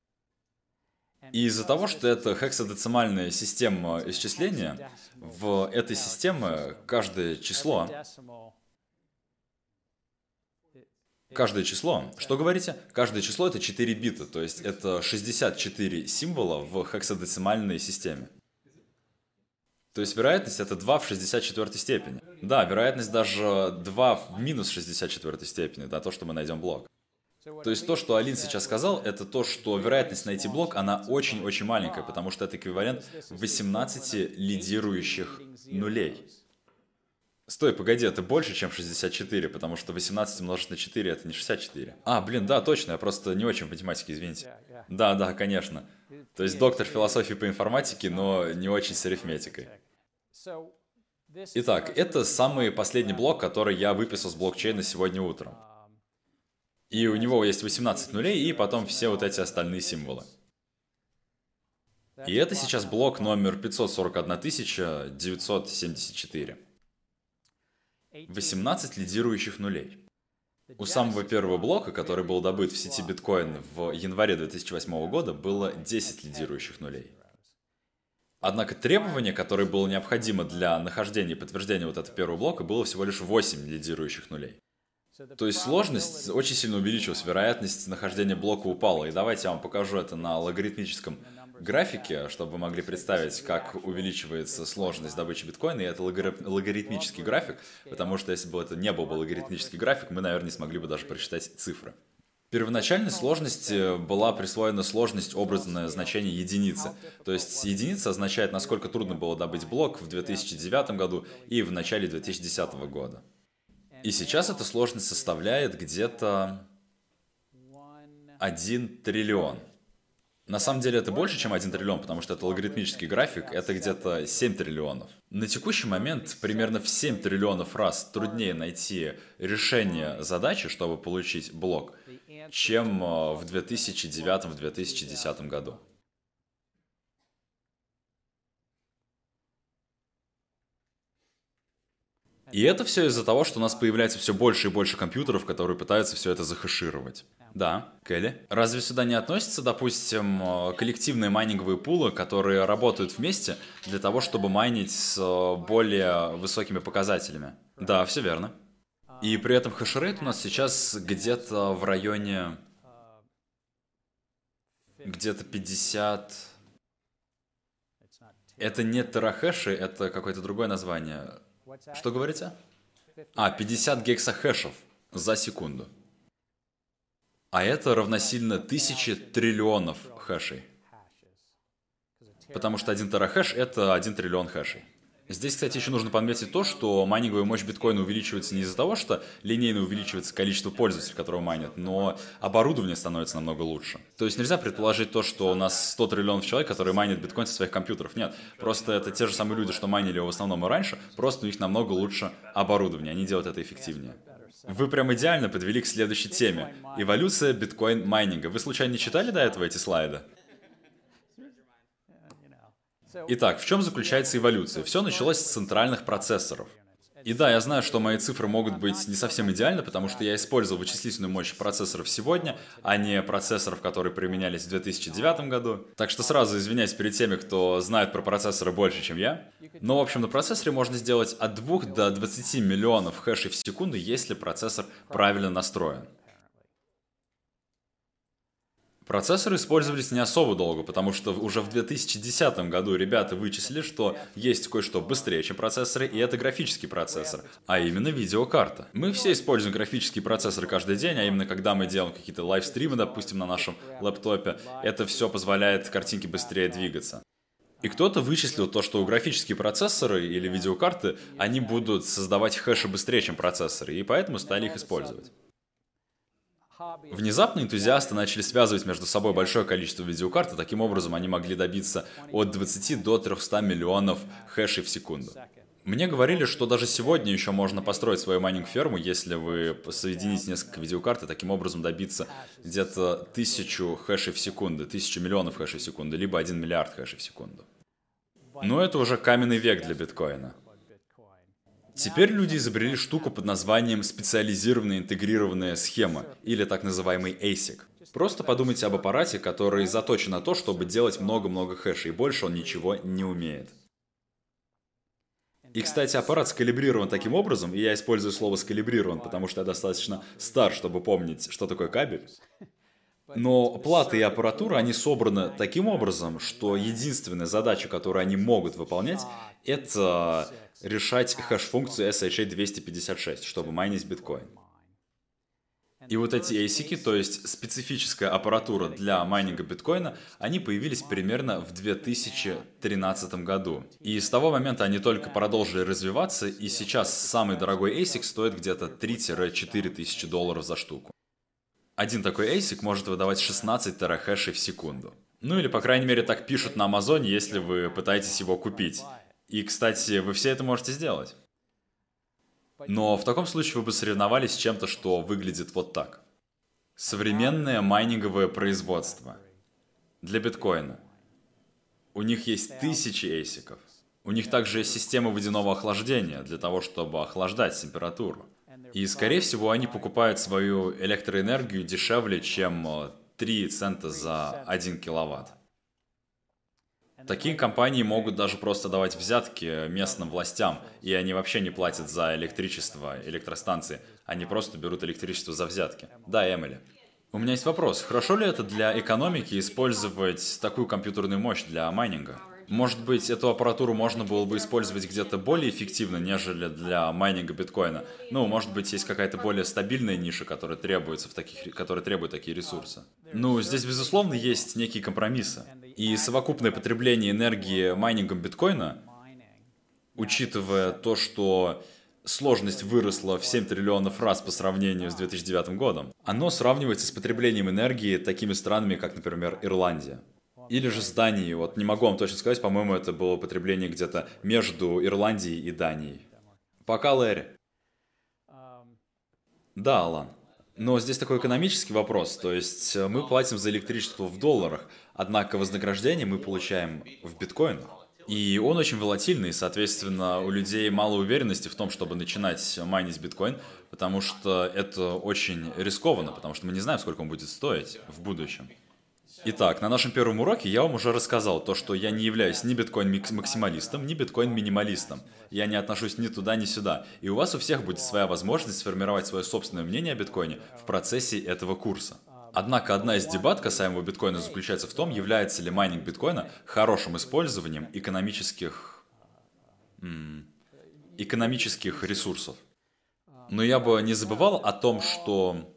И из-за того, что это хексадецимальная система исчисления, в этой системе каждое число Каждое число, что говорите? Каждое число это четыре бита, то есть это шестьдесят четыре символа в хексадецимальной системе. То есть вероятность это два в шестьдесят четвёртой степени. Да, вероятность даже два в минус шестьдесят четвёртой степени, да, то, что мы найдем блок. То есть то, что Алин сейчас сказал, это то, что вероятность найти блок, она очень-очень маленькая, потому что это эквивалент восемнадцати лидирующих нулей. Стой, погоди, это больше, чем шестьдесят четыре, потому что восемнадцать умножить на четыре это не шестьдесят четыре. А, блин, да, точно, я просто не очень в математике, извините. Да, да, конечно. То есть доктор философии по информатике, но не очень с арифметикой. Итак, это самый последний блок, который я выписал с блокчейна сегодня утром. И у него есть восемнадцать нулей, и потом все вот эти остальные символы. И это сейчас блок номер пятьсот сорок одна тысяча девятьсот семьдесят четыре. восемнадцать лидирующих нулей. У самого первого блока, который был добыт в сети биткоин в январе две тысячи восьмого года, было десять лидирующих нулей. Однако требование, которое было необходимо для нахождения и подтверждения вот этого первого блока, было всего лишь восемь лидирующих нулей. То есть сложность очень сильно увеличилась, вероятность нахождения блока упала. И давайте я вам покажу это на логарифмическом графике, чтобы вы могли представить, как увеличивается сложность добычи биткоина. И это логарифмический график, потому что если бы это не был бы логарифмический график, мы, наверное, не смогли бы даже просчитать цифры. Первоначальной сложности была присвоена сложность образное значение единицы. То есть единица означает, насколько трудно было добыть блок в две тысячи девятом году и в начале две тысячи десятого года. И сейчас эта сложность составляет где-то один триллион. На самом деле это больше, чем один триллион, потому что это логарифмический график, это где-то семь триллионов. На текущий момент примерно в семь триллионов раз труднее найти решение задачи, чтобы получить блок, чем в две тысячи девятом - две тысячи десятом году. И это все из-за того, что у нас появляется все больше и больше компьютеров, которые пытаются все это захэшировать. Да, Келли. Разве сюда не относятся, допустим, коллективные майнинговые пулы, которые работают вместе для того, чтобы майнить с более высокими показателями? Да, все верно. И при этом хэшрейт у нас сейчас где-то в районе... Где-то пятьдесят... Это не терахэши, это какое-то другое название. Что говорите? А, пятьдесят гексахэшев за секунду. А это равносильно тысяче триллионов хэшей. Потому что один терахэш — это один триллион хэшей. Здесь, кстати, еще нужно подметить то, что майнинговая мощь биткоина увеличивается не из-за того, что линейно увеличивается количество пользователей, которые майнят, но оборудование становится намного лучше. То есть нельзя предположить то, что у нас сто триллионов человек, которые майнят биткоин со своих компьютеров. Нет, просто это те же самые люди, что майнили его в основном и раньше, просто у них намного лучше оборудование, они делают это эффективнее. Вы прям идеально подвели к следующей теме. Эволюция биткоин-майнинга. Вы случайно не читали до этого эти слайды? Итак, в чем заключается эволюция? Все началось с центральных процессоров. И да, я знаю, что мои цифры могут быть не совсем идеальны, потому что я использовал вычислительную мощь процессоров сегодня, а не процессоров, которые применялись в две тысячи девятом году. Так что сразу извиняюсь перед теми, кто знает про процессоры больше, чем я. Но, в общем, на процессоре можно сделать от двух до двадцати миллионов хэшей в секунду, если процессор правильно настроен. Процессоры использовались не особо долго, потому что уже в две тысячи десятом году ребята вычислили, что есть кое-что быстрее, чем процессоры, и это графический процессор, а именно видеокарта. Мы все используем графические процессоры каждый день, а именно когда мы делаем какие-то лайвстримы, допустим, на нашем лэптопе, это все позволяет картинке быстрее двигаться. И кто-то вычислил то, что графические процессоры или видеокарты, они будут создавать хэши быстрее, чем процессоры, и поэтому стали их использовать. Внезапно энтузиасты начали связывать между собой большое количество видеокарт, и таким образом они могли добиться от двадцати до трёхсот миллионов хэшей в секунду. Мне говорили, что даже сегодня еще можно построить свою майнинг-ферму, если вы соедините несколько видеокарт и таким образом добиться где-то тысячу хэшей в секунду, тысячу миллионов хэшей в секунду, либо один миллиард хэшей в секунду. Но это уже каменный век для биткоина. Теперь люди изобрели штуку под названием специализированная интегрированная схема, или так называемый эйсик. Просто подумайте об аппарате, который заточен на то, чтобы делать много-много хэшей, и больше он ничего не умеет. И, кстати, аппарат скалибрирован таким образом, и я использую слово «скалибрирован», потому что я достаточно стар, чтобы помнить, что такое кабель. Но платы и аппаратура, они собраны таким образом, что единственная задача, которую они могут выполнять, это решать хэш-функцию эс эйч эй двести пятьдесят шесть, чтобы майнить биткоин. И вот эти эйсики, то есть специфическая аппаратура для майнинга биткоина, они появились примерно в две тысячи тринадцатом году. И с того момента они только продолжили развиваться, и сейчас самый дорогой эйсик стоит где-то три-четыре тысячи долларов за штуку. Один такой эйсик может выдавать шестнадцать терахэшей в секунду. Ну или, по крайней мере, так пишут на Амазоне, если вы пытаетесь его купить. И, кстати, вы все это можете сделать. Но в таком случае вы бы соревновались с чем-то, что выглядит вот так. Современное майнинговое производство для биткоина. У них есть тысячи эйсиков. У них также есть система водяного охлаждения для того, чтобы охлаждать температуру. И, скорее всего, они покупают свою электроэнергию дешевле, чем три цента за один киловатт. Такие компании могут даже просто давать взятки местным властям, и они вообще не платят за электричество, электростанции. Они просто берут электричество за взятки. Да, Эмили. У меня есть вопрос. Хорошо ли это для экономики использовать такую компьютерную мощь для майнинга? Может быть, эту аппаратуру можно было бы использовать где-то более эффективно, нежели для майнинга биткоина? Ну, может быть, есть какая-то более стабильная ниша, которая требуется в таких, которая требует такие ресурсы? Ну, здесь, безусловно, есть некие компромиссы. И совокупное потребление энергии майнингом биткоина, учитывая то, что сложность выросла в семь триллионов раз по сравнению с две тысячи девятым годом, оно сравнивается с потреблением энергии такими странами, как, например, Ирландия. Или же с Данией. Вот не могу вам точно сказать, по-моему, это было потребление где-то между Ирландией и Данией. Пока, Лэри. Да, Алан. Но здесь такой экономический вопрос. То есть мы платим за электричество в долларах, однако вознаграждение мы получаем в биткоинах. И он очень волатильный, и, соответственно, у людей мало уверенности в том, чтобы начинать майнить биткоин, потому что это очень рискованно, потому что мы не знаем, сколько он будет стоить в будущем. Итак, на нашем первом уроке я вам уже рассказал то, что я не являюсь ни биткоин-максималистом, ни биткоин-минималистом. Я не отношусь ни туда, ни сюда. И у вас у всех будет своя возможность сформировать свое собственное мнение о биткоине в процессе этого курса. Однако одна из дебат касаемо биткоина заключается в том, является ли майнинг биткоина хорошим использованием экономических, м- экономических ресурсов. Но я бы не забывал о том, что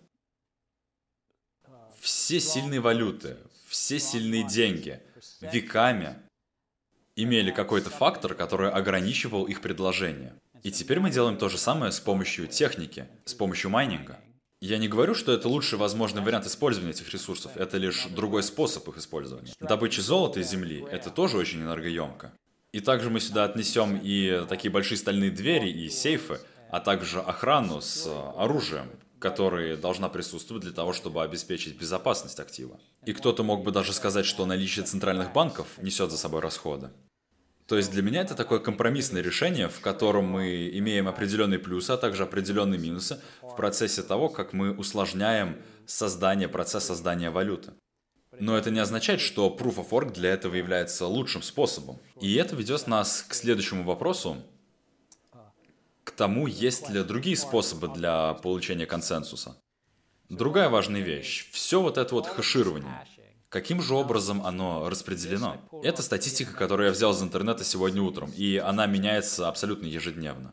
все сильные валюты, все сильные деньги веками имели какой-то фактор, который ограничивал их предложение. И теперь мы делаем то же самое с помощью техники, с помощью майнинга. Я не говорю, что это лучший возможный вариант использования этих ресурсов, это лишь другой способ их использования. Добыча золота из земли – это тоже очень энергоемко. И также мы сюда отнесем и такие большие стальные двери, и сейфы, а также охрану с оружием, которая должна присутствовать для того, чтобы обеспечить безопасность актива. И кто-то мог бы даже сказать, что наличие центральных банков несет за собой расходы. То есть для меня это такое компромиссное решение, в котором мы имеем определенные плюсы, а также определенные минусы в процессе того, как мы усложняем создание, процесс создания валюты. Но это не означает, что Proof of Work для этого является лучшим способом. И это ведет нас к следующему вопросу, к тому, есть ли другие способы для получения консенсуса. Другая важная вещь. Все вот это вот хэширование. Каким же образом оно распределено? Это статистика, которую я взял из интернета сегодня утром, и она меняется абсолютно ежедневно.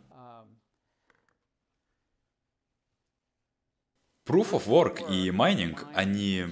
Proof of Work и майнинг, они...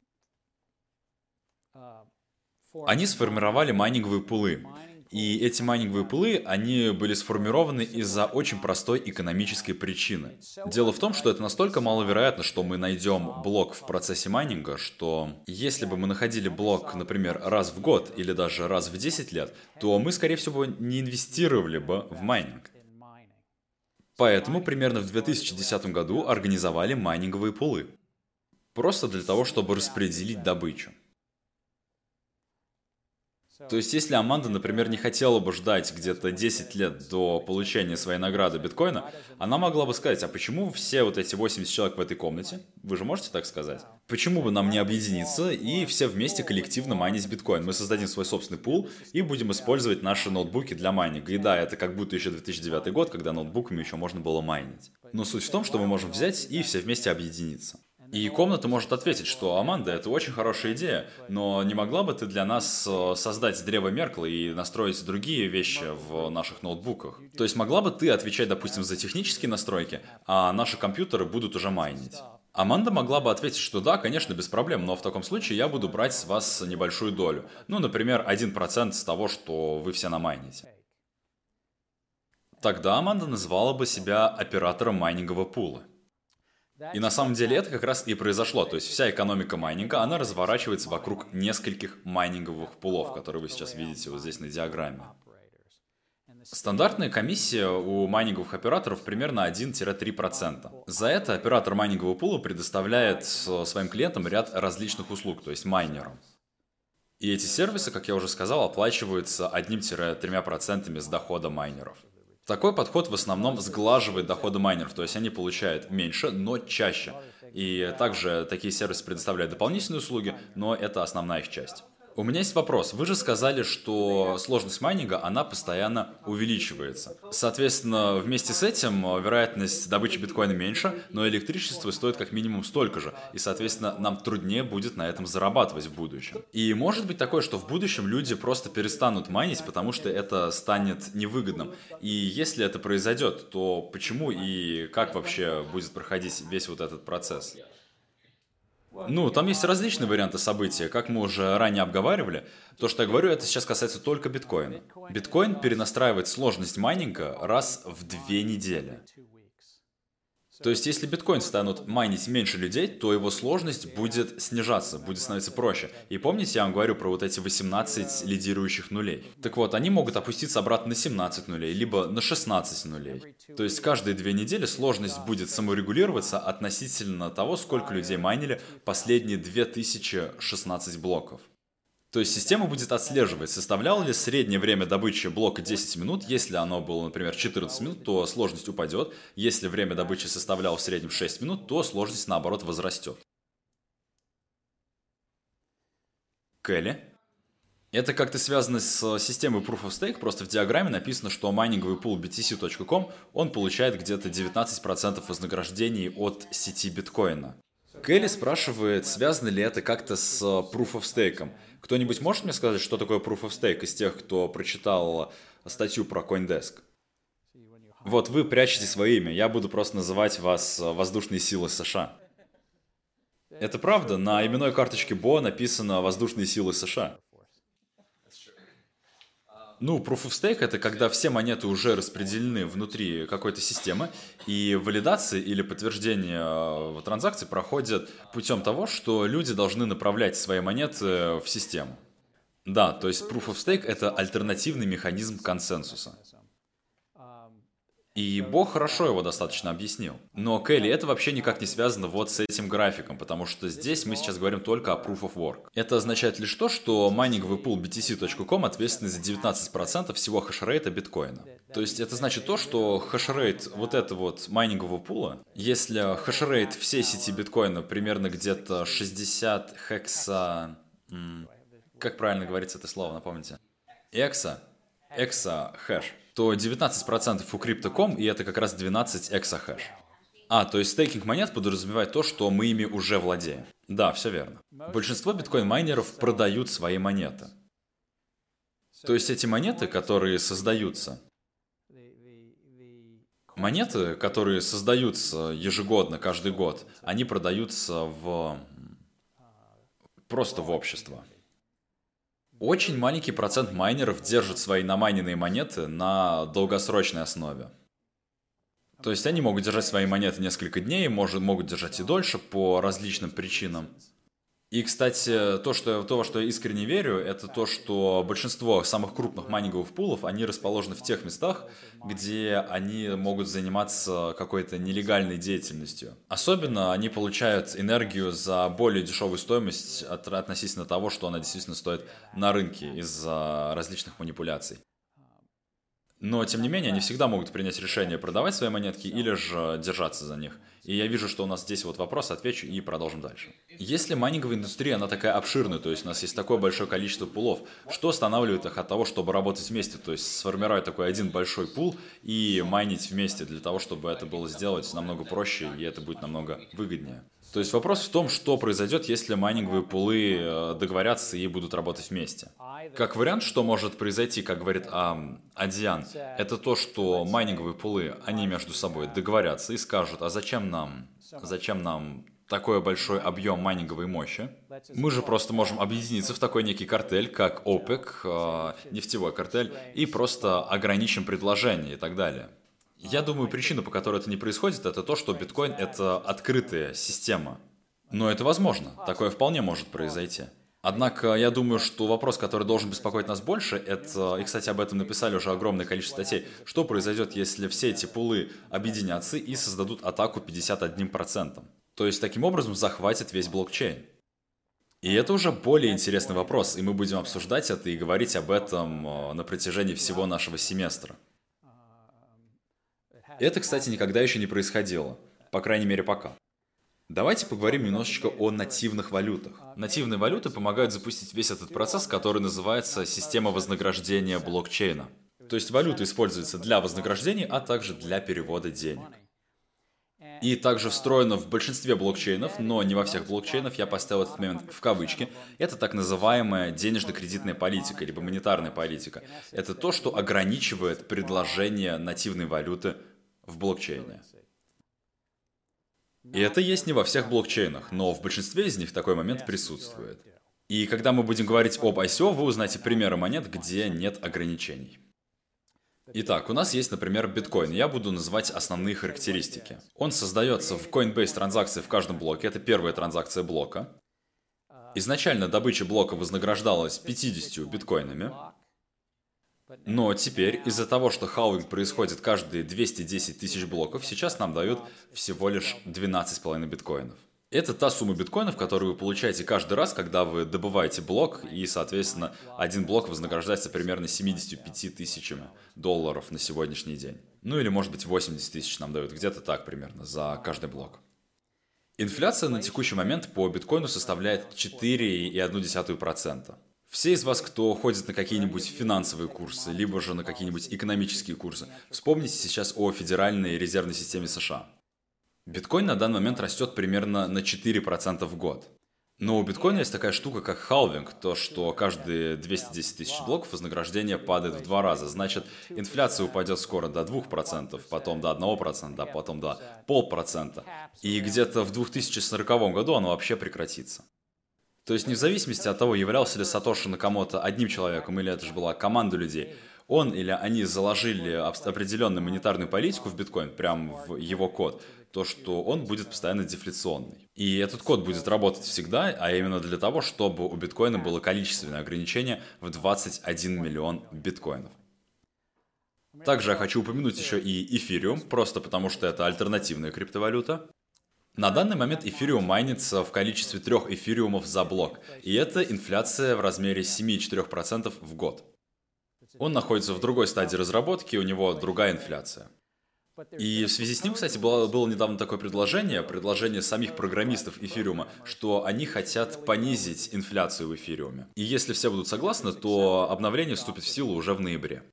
Они сформировали майнинговые пулы. И эти майнинговые пулы, они были сформированы из-за очень простой экономической причины. Дело в том, что это настолько маловероятно, что мы найдем блок в процессе майнинга, что если бы мы находили блок, например, раз в год или даже раз в десять лет, то мы, скорее всего, не инвестировали бы в майнинг. Поэтому примерно в две тысячи десятом году организовали майнинговые пулы. Просто для того, чтобы распределить добычу. То есть, если Аманда, например, не хотела бы ждать где-то десять лет до получения своей награды биткоина, она могла бы сказать, а почему все вот эти восемьдесят человек в этой комнате, вы же можете так сказать, почему бы нам не объединиться и все вместе коллективно майнить биткоин? Мы создадим свой собственный пул и будем использовать наши ноутбуки для майнинга. И да, это как будто еще две тысячи девятый год, когда ноутбуками еще можно было майнить. Но суть в том, что мы можем взять и все вместе объединиться. И комната может ответить, что «Аманда, это очень хорошая идея, но не могла бы ты для нас э, создать древо Меркла и настроить другие вещи в наших ноутбуках? То есть могла бы ты отвечать, допустим, за технические настройки, а наши компьютеры будут уже майнить?» Аманда могла бы ответить, что да, конечно, без проблем, но в таком случае я буду брать с вас небольшую долю. Ну, например, один процент с того, что вы все намайните. Тогда Аманда называла бы себя оператором майнингового пула. И на самом деле это как раз и произошло. То есть вся экономика майнинга, она разворачивается вокруг нескольких майнинговых пулов, которые вы сейчас видите вот здесь на диаграмме. Стандартная комиссия у майнинговых операторов примерно один-три процента. За это оператор майнингового пула предоставляет своим клиентам ряд различных услуг, то есть майнерам. И эти сервисы, как я уже сказал, оплачиваются одним-тремя процентами с дохода майнеров. Такой подход в основном сглаживает доходы майнеров, то есть они получают меньше, но чаще. И также такие сервисы предоставляют дополнительные услуги, но это основная их часть. У меня есть вопрос. Вы же сказали, что сложность майнинга, она постоянно увеличивается. Соответственно, вместе с этим вероятность добычи биткоина меньше, но электричество стоит как минимум столько же. И, соответственно, нам труднее будет на этом зарабатывать в будущем. И может быть такое, что в будущем люди просто перестанут майнить, потому что это станет невыгодным. И если это произойдет, то почему и как вообще будет проходить весь вот этот процесс? Ну, там есть различные варианты события, как мы уже ранее обговаривали. То, что я говорю, это сейчас касается только биткоина. Биткоин перенастраивает сложность майнинга раз в две недели. То есть, если биткоин станут майнить меньше людей, то его сложность будет снижаться, будет становиться проще. И помните, я вам говорю про вот эти восемнадцать лидирующих нулей? Так вот, они могут опуститься обратно на семнадцать нулей, либо на шестнадцать нулей. То есть, каждые две недели сложность будет саморегулироваться относительно того, сколько людей майнили последние две тысячи шестнадцать блоков. То есть система будет отслеживать, составляло ли среднее время добычи блока десять минут. Если оно было, например, четырнадцать минут, то сложность упадет. Если время добычи составляло в среднем шесть минут, то сложность, наоборот, возрастет. Келли? Это как-то связано с системой Proof of Stake, просто в диаграмме написано, что майнинговый пул би ти си точка ком, он получает где-то девятнадцать процентов вознаграждений от сети биткоина. Келли спрашивает, связано ли это как-то с Proof of Stake. Кто-нибудь может мне сказать, что такое Proof of Stake из тех, кто прочитал статью про CoinDesk? Вот вы прячете свое имя, я буду просто называть вас «Воздушные силы США». Это правда, на именной карточке Бо написано «Воздушные силы США». Ну, Proof of Stake — это когда все монеты уже распределены внутри какой-то системы, и валидация или подтверждение транзакций проходит путем того, что люди должны направлять свои монеты в систему. Да, то есть Proof of Stake — это альтернативный механизм консенсуса. И Бог хорошо его достаточно объяснил. Но, Келли, это вообще никак не связано вот с этим графиком, потому что здесь мы сейчас говорим только о Proof of Work. Это означает лишь то, что майнинговый пул би ти си точка ком ответственный за девятнадцать процентов всего хешрейта биткоина. То есть это значит то, что хешрейт вот этого вот майнингового пула, если хешрейт всей сети биткоина примерно где-то шестьдесят хекса... Как правильно говорится это слово, напомните? Экса. Экса хэш. То девятнадцать процентов у крипто точка ком, и это как раз двенадцать эксахэш. А, то есть стейкинг монет подразумевает то, что мы ими уже владеем. Да, все верно. Большинство биткоин-майнеров продают свои монеты. То есть эти монеты, которые создаются... Монеты, которые создаются ежегодно, каждый год, они продаются в... просто в общество. Очень маленький процент майнеров держат свои намайненные монеты на долгосрочной основе. То есть они могут держать свои монеты несколько дней, может, могут держать и дольше по различным причинам. И, кстати, то, что, то, во что я искренне верю, это то, что большинство самых крупных майнинговых пулов, они расположены в тех местах, где они могут заниматься какой-то нелегальной деятельностью. Особенно они получают энергию за более дешевую стоимость от- относительно того, что она действительно стоит на рынке из-за различных манипуляций. Но, тем не менее, они всегда могут принять решение продавать свои монетки или же держаться за них. И я вижу, что у нас здесь вот вопрос, отвечу и продолжим дальше. Если майнинговая индустрия, она такая обширная, то есть у нас есть такое большое количество пулов, что останавливает их от того, чтобы работать вместе, то есть сформировать такой один большой пул и майнить вместе для того, чтобы это было сделать намного проще и это будет намного выгоднее. То есть вопрос в том, что произойдет, если майнинговые пулы э, договорятся и будут работать вместе. Как вариант, что может произойти, как говорит ам, Адиан, это то, что майнинговые пулы, они между собой договорятся и скажут, а зачем нам, зачем нам такой большой объем майнинговой мощи? Мы же просто можем объединиться в такой некий картель, как ОПЕК, э, нефтевой картель, и просто ограничим предложение и так далее. Я думаю, причина, по которой это не происходит, это то, что биткоин — это открытая система. Но это возможно, такое вполне может произойти. Однако я думаю, что вопрос, который должен беспокоить нас больше, это, и, кстати, об этом написали уже огромное количество статей, что произойдет, если все эти пулы объединятся и создадут атаку пятьдесят один процент. То есть, таким образом, захватит весь блокчейн. И это уже более интересный вопрос, и мы будем обсуждать это и говорить об этом э, на протяжении всего нашего семестра. Это, кстати, никогда еще не происходило, по крайней мере, пока. Давайте поговорим немножечко о нативных валютах. Нативные валюты помогают запустить весь этот процесс, который называется система вознаграждения блокчейна. То есть валюта используется для вознаграждения, а также для перевода денег. И также встроено в большинстве блокчейнов, но не во всех блокчейнах, я поставил этот момент в кавычки, это так называемая денежно-кредитная политика, либо монетарная политика. Это то, что ограничивает предложение нативной валюты в блокчейне. И это есть не во всех блокчейнах, но в большинстве из них такой момент присутствует. И когда мы будем говорить об ай си о, вы узнаете примеры монет, где нет ограничений. Итак, у нас есть, например, биткоин. Я буду называть основные характеристики. Он создается в Coinbase транзакции в каждом блоке. Это первая транзакция блока. Изначально добыча блока вознаграждалась пятьюдесятью биткоинами. Но теперь, из-за того, что халвинг происходит каждые двести десять тысяч блоков, сейчас нам дают всего лишь двенадцать с половиной биткоинов. Это та сумма биткоинов, которую вы получаете каждый раз, когда вы добываете блок, и, соответственно, один блок вознаграждается примерно семьюдесятью пятью тысячами долларов на сегодняшний день. Ну или, может быть, восемьдесят тысяч нам дают, где-то так примерно, за каждый блок. Инфляция на текущий момент по биткоину составляет четыре целых одна десятая процента. Все из вас, кто ходит на какие-нибудь финансовые курсы, либо же на какие-нибудь экономические курсы, вспомните сейчас о Федеральной резервной системе США. Биткоин на данный момент растет примерно на четыре процента в год. Но у биткоина есть такая штука, как халвинг, то, что каждые двести десять тысяч блоков вознаграждение падает в два раза. Значит, инфляция упадет скоро до двух процентов, потом до одного процента, а потом до полпроцента. И где-то в две тысячи сороковом году оно вообще прекратится. То есть, вне зависимости от того, являлся ли Сатоши Накамото одним человеком, или это же была команда людей, он или они заложили определенную монетарную политику в биткоин, прямо в его код, то, что он будет постоянно дефляционный. И этот код будет работать всегда, а именно для того, чтобы у биткоина было количественное ограничение в двадцать один миллион биткоинов. Также я хочу упомянуть еще и эфириум, просто потому что это альтернативная криптовалюта. На данный момент эфириум майнится в количестве трех эфириумов за блок, и это инфляция в размере семь целых четыре десятых процента в год. Он находится в другой стадии разработки, у него другая инфляция. И в связи с ним, кстати, было, было недавно такое предложение, предложение самих программистов эфириума, что они хотят понизить инфляцию в эфириуме. И если все будут согласны, то обновление вступит в силу уже в ноябре.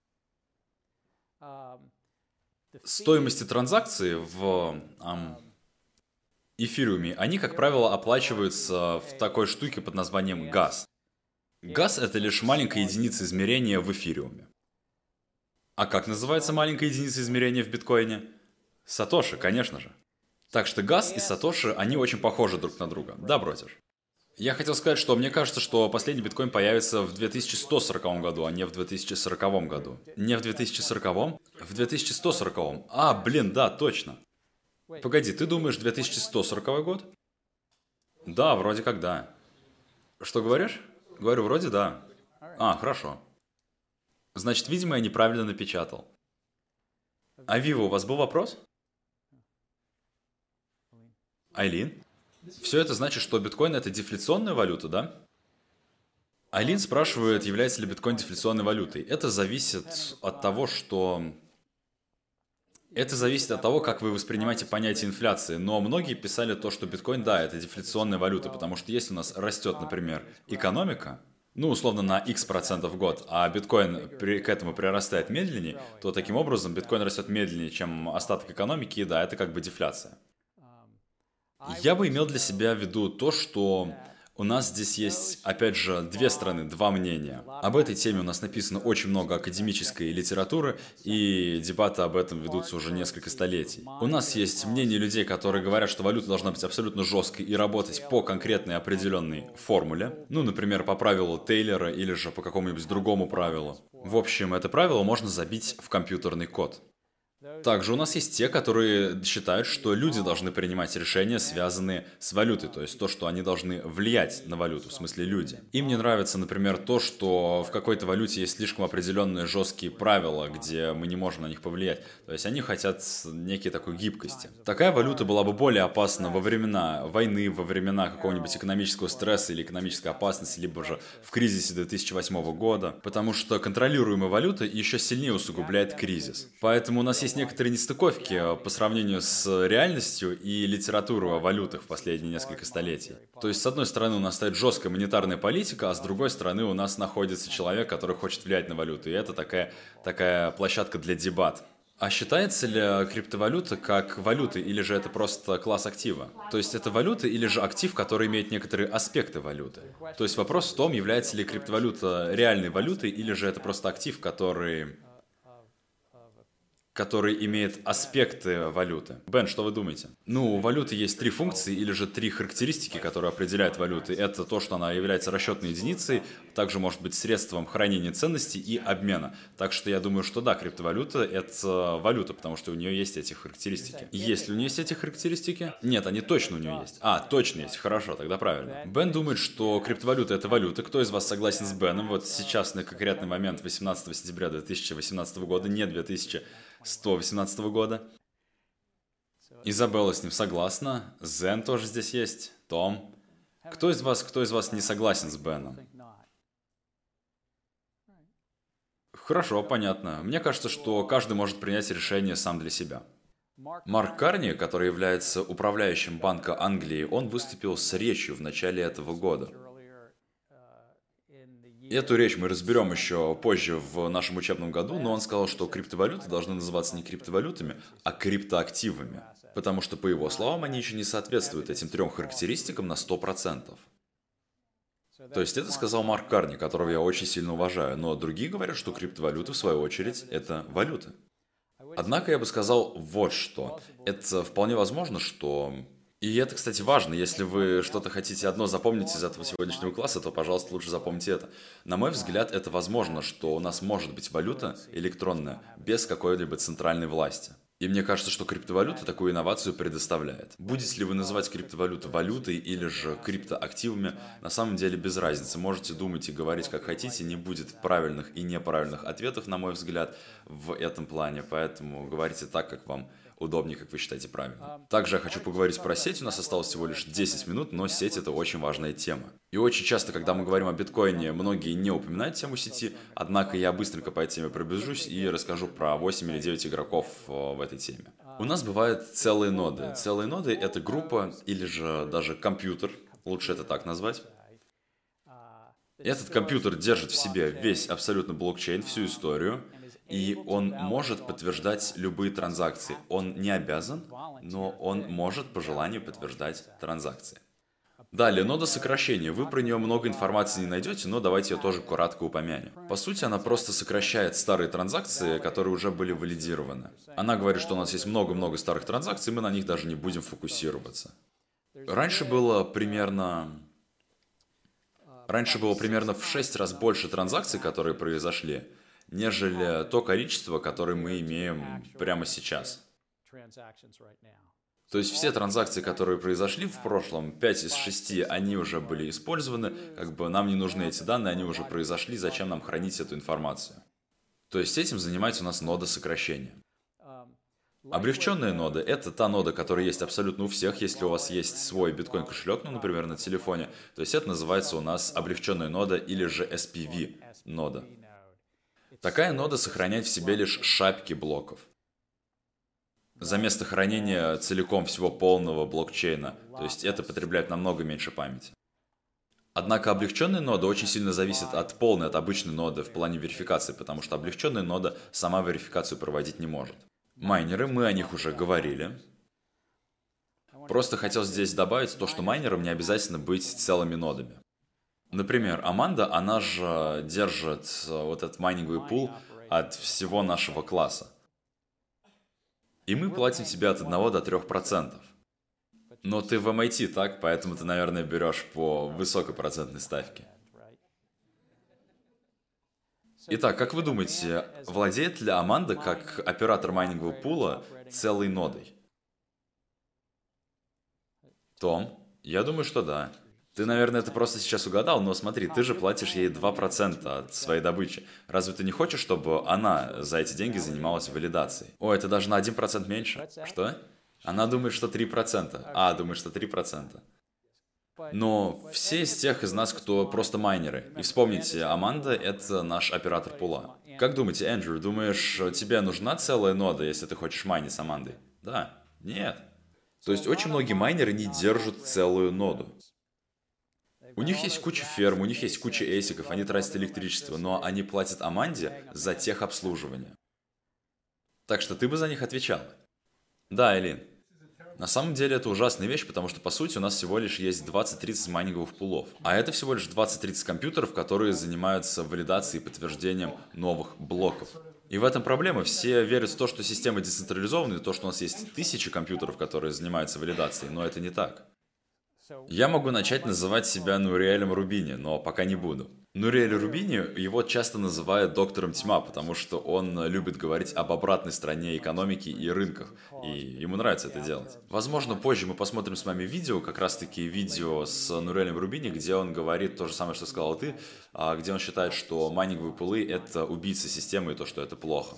Стоимости транзакции в эм, эфириуме, они, как правило, оплачиваются в такой штуке под названием газ. Газ — это лишь маленькая единица измерения в эфириуме. А как называется маленькая единица измерения в биткоине? Сатоши, конечно же. Так что газ и Сатоши, они очень похожи друг на друга. Да, бродишь? Я хотел сказать, что мне кажется, что последний биткоин появится в две тысячи сто сороковом году, а не в две тысячи сороковом году. Не в две тысячи сороковом? В две тысячи сто сороковом. А, блин, да, точно. Погоди, ты думаешь две тысячи сто сороковой год? Да, вроде как да. Что говоришь? Говорю, вроде да. А, хорошо. Значит, видимо, я неправильно напечатал. А Вива, у вас был вопрос? Айлин? Все это значит, что биткоин это дефляционная валюта, да? Айлин спрашивает, является ли биткоин дефляционной валютой. Это зависит от того, что... Это зависит от того, как вы воспринимаете понятие инфляции. Но многие писали то, что биткоин, да, это дефляционная валюта, потому что если у нас растет, например, экономика, ну, условно, на X процентов в год, а биткоин при, к этому прирастает медленнее, то таким образом биткоин растет медленнее, чем остаток экономики, и да, это как бы дефляция. Я бы имел для себя в виду то, что у нас здесь есть, опять же, две стороны, два мнения. Об этой теме у нас написано очень много академической литературы, и дебаты об этом ведутся уже несколько столетий. У нас есть мнение людей, которые говорят, что валюта должна быть абсолютно жесткой и работать по конкретной определенной формуле. Ну, например, по правилу Тейлора или же по какому-нибудь другому правилу. В общем, это правило можно забить в компьютерный код. Также у нас есть те, которые считают, что люди должны принимать решения, связанные с валютой, то есть то, что они должны влиять на валюту, в смысле люди. Им не нравится, например, то, что в какой-то валюте есть слишком определенные жесткие правила, где мы не можем на них повлиять. То есть они хотят некие такой гибкости. Такая валюта была бы более опасна во времена войны, во времена какого-нибудь экономического стресса или экономической опасности, либо же в кризисе две тысячи восьмого года, потому что контролируемая валюта еще сильнее усугубляет кризис. Поэтому у нас есть некоторые нестыковки по сравнению с реальностью и литературой о валютах в последние несколько столетий. То есть, с одной стороны, у нас стоит жесткая монетарная политика, а с другой стороны, у нас находится человек, который хочет влиять на валюту. И это такая, такая площадка для дебат. А считается ли криптовалюта как валюта, или же это просто класс актива? То есть это валюта или же актив, который имеет некоторые аспекты валюты? То есть вопрос в том, является ли криптовалюта реальной валютой, или же это просто актив, который... который имеет аспекты валюты. Бен, что вы думаете? Ну, у валюты есть три функции или же три характеристики, которые определяют валюту. Это то, что она является расчетной единицей, также может быть средством хранения ценностей и обмена. Так что я думаю, что да, криптовалюта — это валюта, потому что у нее есть эти характеристики. Есть ли у нее есть эти характеристики? Нет, они точно у нее есть. А, точно есть. Хорошо, тогда правильно. Бен думает, что криптовалюта — это валюта. Кто из вас согласен с Беном? Вот сейчас на конкретный момент, восемнадцатого сентября две тысячи восемнадцатого года, не две тысячи сто восемнадцатого года. Изабелла с ним согласна. Зен тоже здесь есть. Том. Кто из вас, кто из вас не согласен с Беном? Хорошо, понятно. Мне кажется, что каждый может принять решение сам для себя. Марк Карни, который является управляющим Банка Англии, он выступил с речью в начале этого года. Эту речь мы разберем еще позже в нашем учебном году, но он сказал, что криптовалюты должны называться не криптовалютами, а криптоактивами, потому что, по его словам, они еще не соответствуют этим трем характеристикам на сто процентов. То есть это сказал Марк Карни, которого я очень сильно уважаю, но другие говорят, что криптовалюты, в свою очередь, это валюты. Однако я бы сказал вот что. Это вполне возможно, что... И это, кстати, важно. Если вы что-то хотите одно запомнить из этого сегодняшнего класса, то, пожалуйста, лучше запомните это. На мой взгляд, это возможно, что у нас может быть валюта электронная без какой-либо центральной власти. И мне кажется, что криптовалюта такую инновацию предоставляет. Будете ли вы называть криптовалюту валютой или же криптоактивами, на самом деле без разницы. Можете думать и говорить как хотите, не будет правильных и неправильных ответов, на мой взгляд, в этом плане. Поэтому говорите так, как вам удобнее, как вы считаете правильно. Также я хочу поговорить про сеть. У нас осталось всего лишь десять минут, но сеть — это очень важная тема. И очень часто, когда мы говорим о биткоине, многие не упоминают тему сети, однако я быстренько по этой теме пробежусь и расскажу про восемь или девять игроков в этой теме. У нас бывают целые ноды. Целые ноды — это группа или же даже компьютер, лучше это так назвать. Этот компьютер держит в себе весь абсолютно блокчейн, всю историю, и он может подтверждать любые транзакции. Он не обязан, но он может по желанию подтверждать транзакции. Далее, нода сокращения. Вы про нее много информации не найдете, но давайте ее тоже кратко упомянем. По сути, она просто сокращает старые транзакции, которые уже были валидированы. Она говорит, что у нас есть много-много старых транзакций, мы на них даже не будем фокусироваться. Раньше было примерно... Раньше было примерно в шесть раз больше транзакций, которые произошли, нежели то количество, которое мы имеем прямо сейчас. То есть все транзакции, которые произошли в прошлом, пять из шести, они уже были использованы, как бы нам не нужны эти данные, они уже произошли, зачем нам хранить эту информацию? То есть этим занимается у нас нода сокращения. Облегченная нода — это та нода, которая есть абсолютно у всех, если у вас есть свой биткоин-кошелек, ну, например, на телефоне. То есть это называется у нас облегченная нода или же эс пи ви-нода. Такая нода сохраняет в себе лишь шапки блоков. За место хранения целиком всего полного блокчейна, то есть это потребляет намного меньше памяти. Однако облегченная нода очень сильно зависит от полной, от обычной ноды в плане верификации, потому что облегченная нода сама верификацию проводить не может. Майнеры, мы о них уже говорили. Просто хотел здесь добавить то, что майнерам не обязательно быть целыми нодами. Например, Аманда, она же держит вот этот майнинговый пул от всего нашего класса. И мы платим тебе от одного до трёх процентов. Но ты в эм ай ти, так? Поэтому ты, наверное, берешь по высокой процентной ставке. Итак, как вы думаете, владеет ли Аманда как оператор майнингового пула целой нодой? Том? Я думаю, что да. Ты, наверное, это просто сейчас угадал, но смотри, ты же платишь ей два процента от своей добычи. Разве ты не хочешь, чтобы она за эти деньги занималась валидацией? О, это даже на один процент меньше. Что? Она думает, что три процента. А, думает, что три процента. Но все из тех из нас, кто просто майнеры. И вспомните, Аманда — это наш оператор пула. Как думаете, Эндрю, думаешь, тебе нужна целая нода, если ты хочешь майнить с Амандой? Да. Нет. То есть очень многие майнеры не держат целую ноду. У них есть куча ферм, у них есть куча эсиков, они тратят электричество, но они платят Аманде за техобслуживание. Так что ты бы за них отвечал. Да, Элин. На самом деле это ужасная вещь, потому что по сути у нас всего лишь есть двадцать-тридцать майнинговых пулов. А это всего лишь двадцать-тридцать компьютеров, которые занимаются валидацией и подтверждением новых блоков. И в этом проблема. Все верят в то, что система децентрализована, и то, что у нас есть тысячи компьютеров, которые занимаются валидацией, но это не так. Я могу начать называть себя Нуриэлем Рубини, но пока не буду. Нуриэль Рубини, его часто называют доктором тьма, потому что он любит говорить об обратной стороне экономики и рынках, и ему нравится это делать. Возможно, позже мы посмотрим с вами видео, как раз таки видео с Нуриэлем Рубини, где он говорит то же самое, что сказал ты, где он считает, что майнинговые пулы — это убийца системы и то, что это плохо.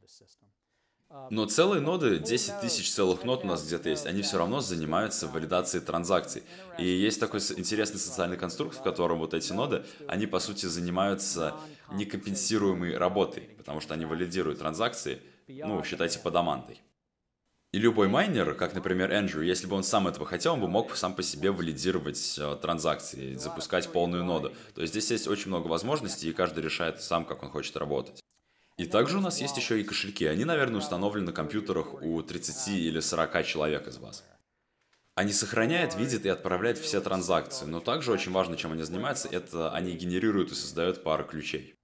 Но целые ноды, десять тысяч целых нод у нас где-то есть, они все равно занимаются валидацией транзакций. И есть такой интересный социальный конструкт, в котором вот эти ноды, они по сути занимаются некомпенсируемой работой, потому что они валидируют транзакции, ну, считайте, под Амандой. И любой майнер, как, например, Эндрю, если бы он сам этого хотел, он бы мог сам по себе валидировать э, транзакции, запускать полную ноду. То есть здесь есть очень много возможностей, и каждый решает сам, как он хочет работать. И также у нас есть еще и кошельки. Они, наверное, установлены на компьютерах у тридцати или сорока человек из вас. Они сохраняют, видят и отправляют все транзакции. Но также очень важно, чем они занимаются, это они генерируют и создают пару ключей.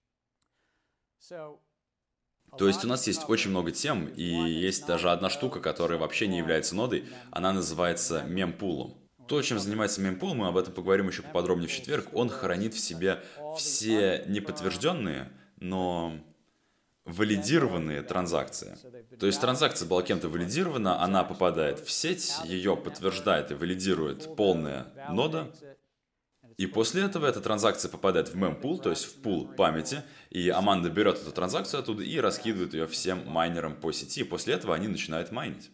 То есть у нас есть очень много тем, и есть даже одна штука, которая вообще не является нодой. Она называется мемпулом. То, чем занимается мемпул, мы об этом поговорим еще поподробнее в четверг, он хранит в себе все неподтвержденные, но валидированные транзакции. То есть транзакция была кем-то валидирована, она попадает в сеть, ее подтверждает и валидирует полная нода, и после этого эта транзакция попадает в мемпул, то есть в пул памяти, и Аманда берет эту транзакцию оттуда и раскидывает ее всем майнерам по сети, и после этого они начинают майнить.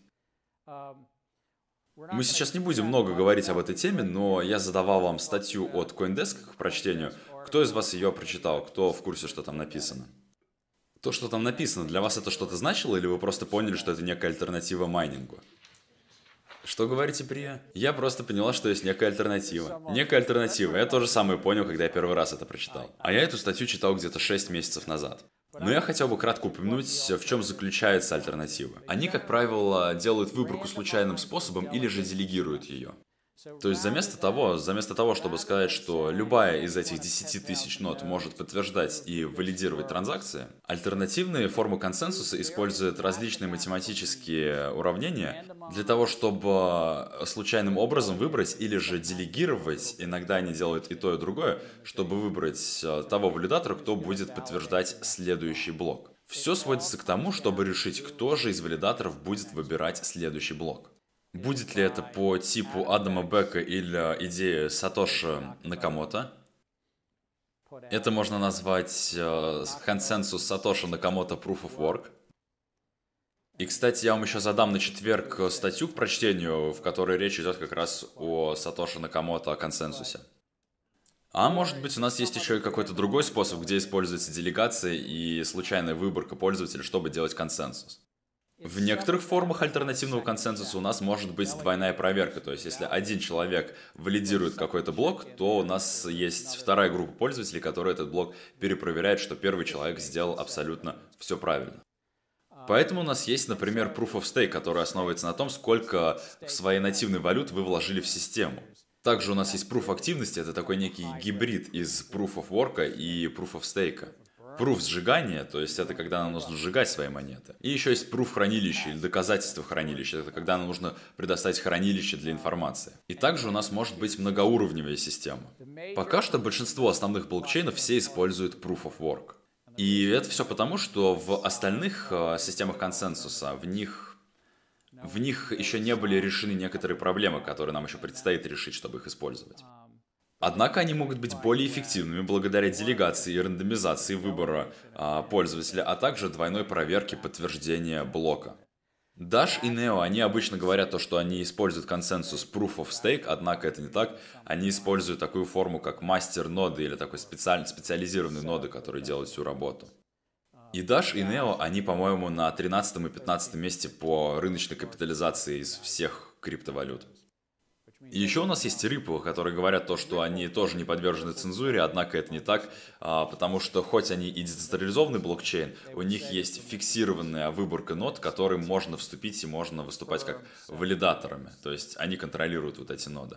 Мы сейчас не будем много говорить об этой теме, но я задавал вам статью от CoinDesk к прочтению. Кто из вас ее прочитал? Кто в курсе, что там написано? То, что там написано, для вас это что-то значило, или вы просто поняли, что это некая альтернатива майнингу? Что говорите, Прия? Я просто поняла, что есть некая альтернатива. Некая альтернатива. Я тоже самое понял, когда я первый раз это прочитал. А я эту статью читал где-то шесть месяцев назад. Но я хотел бы кратко упомянуть, в чем заключается альтернатива. Они, как правило, делают выборку случайным способом или же делегируют ее. То есть заместо того, заместо того, чтобы сказать, что любая из этих десяти тысяч нод может подтверждать и валидировать транзакции, альтернативные формы консенсуса используют различные математические уравнения для того, чтобы случайным образом выбрать или же делегировать, иногда они делают и то, и другое, чтобы выбрать того валидатора, кто будет подтверждать следующий блок. Все сводится к тому, чтобы решить, кто же из валидаторов будет выбирать следующий блок. Будет ли это по типу Адама Бека или идеи Сатоши Накамото? Это можно назвать э, консенсус Сатоши Накамото Proof of Work. И, кстати, я вам еще задам на четверг статью к прочтению, в которой речь идет как раз о Сатоши Накамото, о консенсусе. А может быть, у нас есть еще и какой-то другой способ, где используется делегация и случайная выборка пользователя, чтобы делать консенсус. В некоторых формах альтернативного консенсуса у нас может быть двойная проверка. То есть, если один человек валидирует какой-то блок, то у нас есть вторая группа пользователей, которая этот блок перепроверяет, что первый человек сделал абсолютно все правильно. Поэтому у нас есть, например, Proof of Stake, который основывается на том, сколько своей нативной валюты вы вложили в систему. Также у нас есть Proof активности, это такой некий гибрид из Proof of Work и Proof of Stake. Proof сжигания, то есть это когда нам нужно сжигать свои монеты. И еще есть Proof хранилища или доказательство хранилища, это когда нам нужно предоставить хранилище для информации. И также у нас может быть многоуровневая система. Пока что большинство основных блокчейнов все используют Proof of Work. И это все потому, что в остальных э, системах консенсуса, в них, в них еще не были решены некоторые проблемы, которые нам еще предстоит решить, чтобы их использовать. Однако они могут быть более эффективными благодаря делегации и рандомизации выбора э, пользователя, а также двойной проверке подтверждения блока. Dash и Neo, они обычно говорят то, что они используют консенсус Proof of Stake, однако это не так. Они используют такую форму, как мастер-ноды или такой специаль... специализированные ноды, которые делают всю работу. И Dash и Neo, они, по-моему, на тринадцатом и пятнадцатом месте по рыночной капитализации из всех криптовалют. И еще у нас есть Ripple, которые говорят то, что они тоже не подвержены цензуре, однако это не так, потому что хоть они и децентрализованный блокчейн, у них есть фиксированная выборка нод, к которым можно вступить и можно выступать как валидаторами, то есть они контролируют вот эти ноды.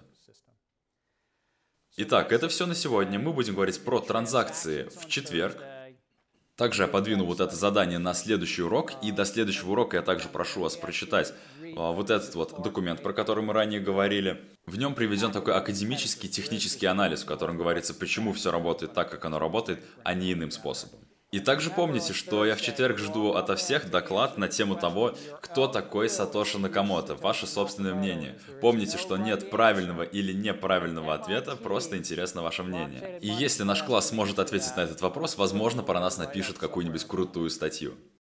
Итак, это все на сегодня. Мы будем говорить про транзакции в четверг. Также я подвину вот это задание на следующий урок, и до следующего урока я также прошу вас прочитать а, вот этот вот документ, про который мы ранее говорили. В нем приведен такой академический технический анализ, в котором говорится, почему все работает так, как оно работает, а не иным способом. И также помните, что я в четверг жду ото всех доклад на тему того, кто такой Сатоши Накамото, ваше собственное мнение. Помните, что нет правильного или неправильного ответа, просто интересно ваше мнение. И если наш класс сможет ответить на этот вопрос, возможно, про нас напишут какую-нибудь крутую статью.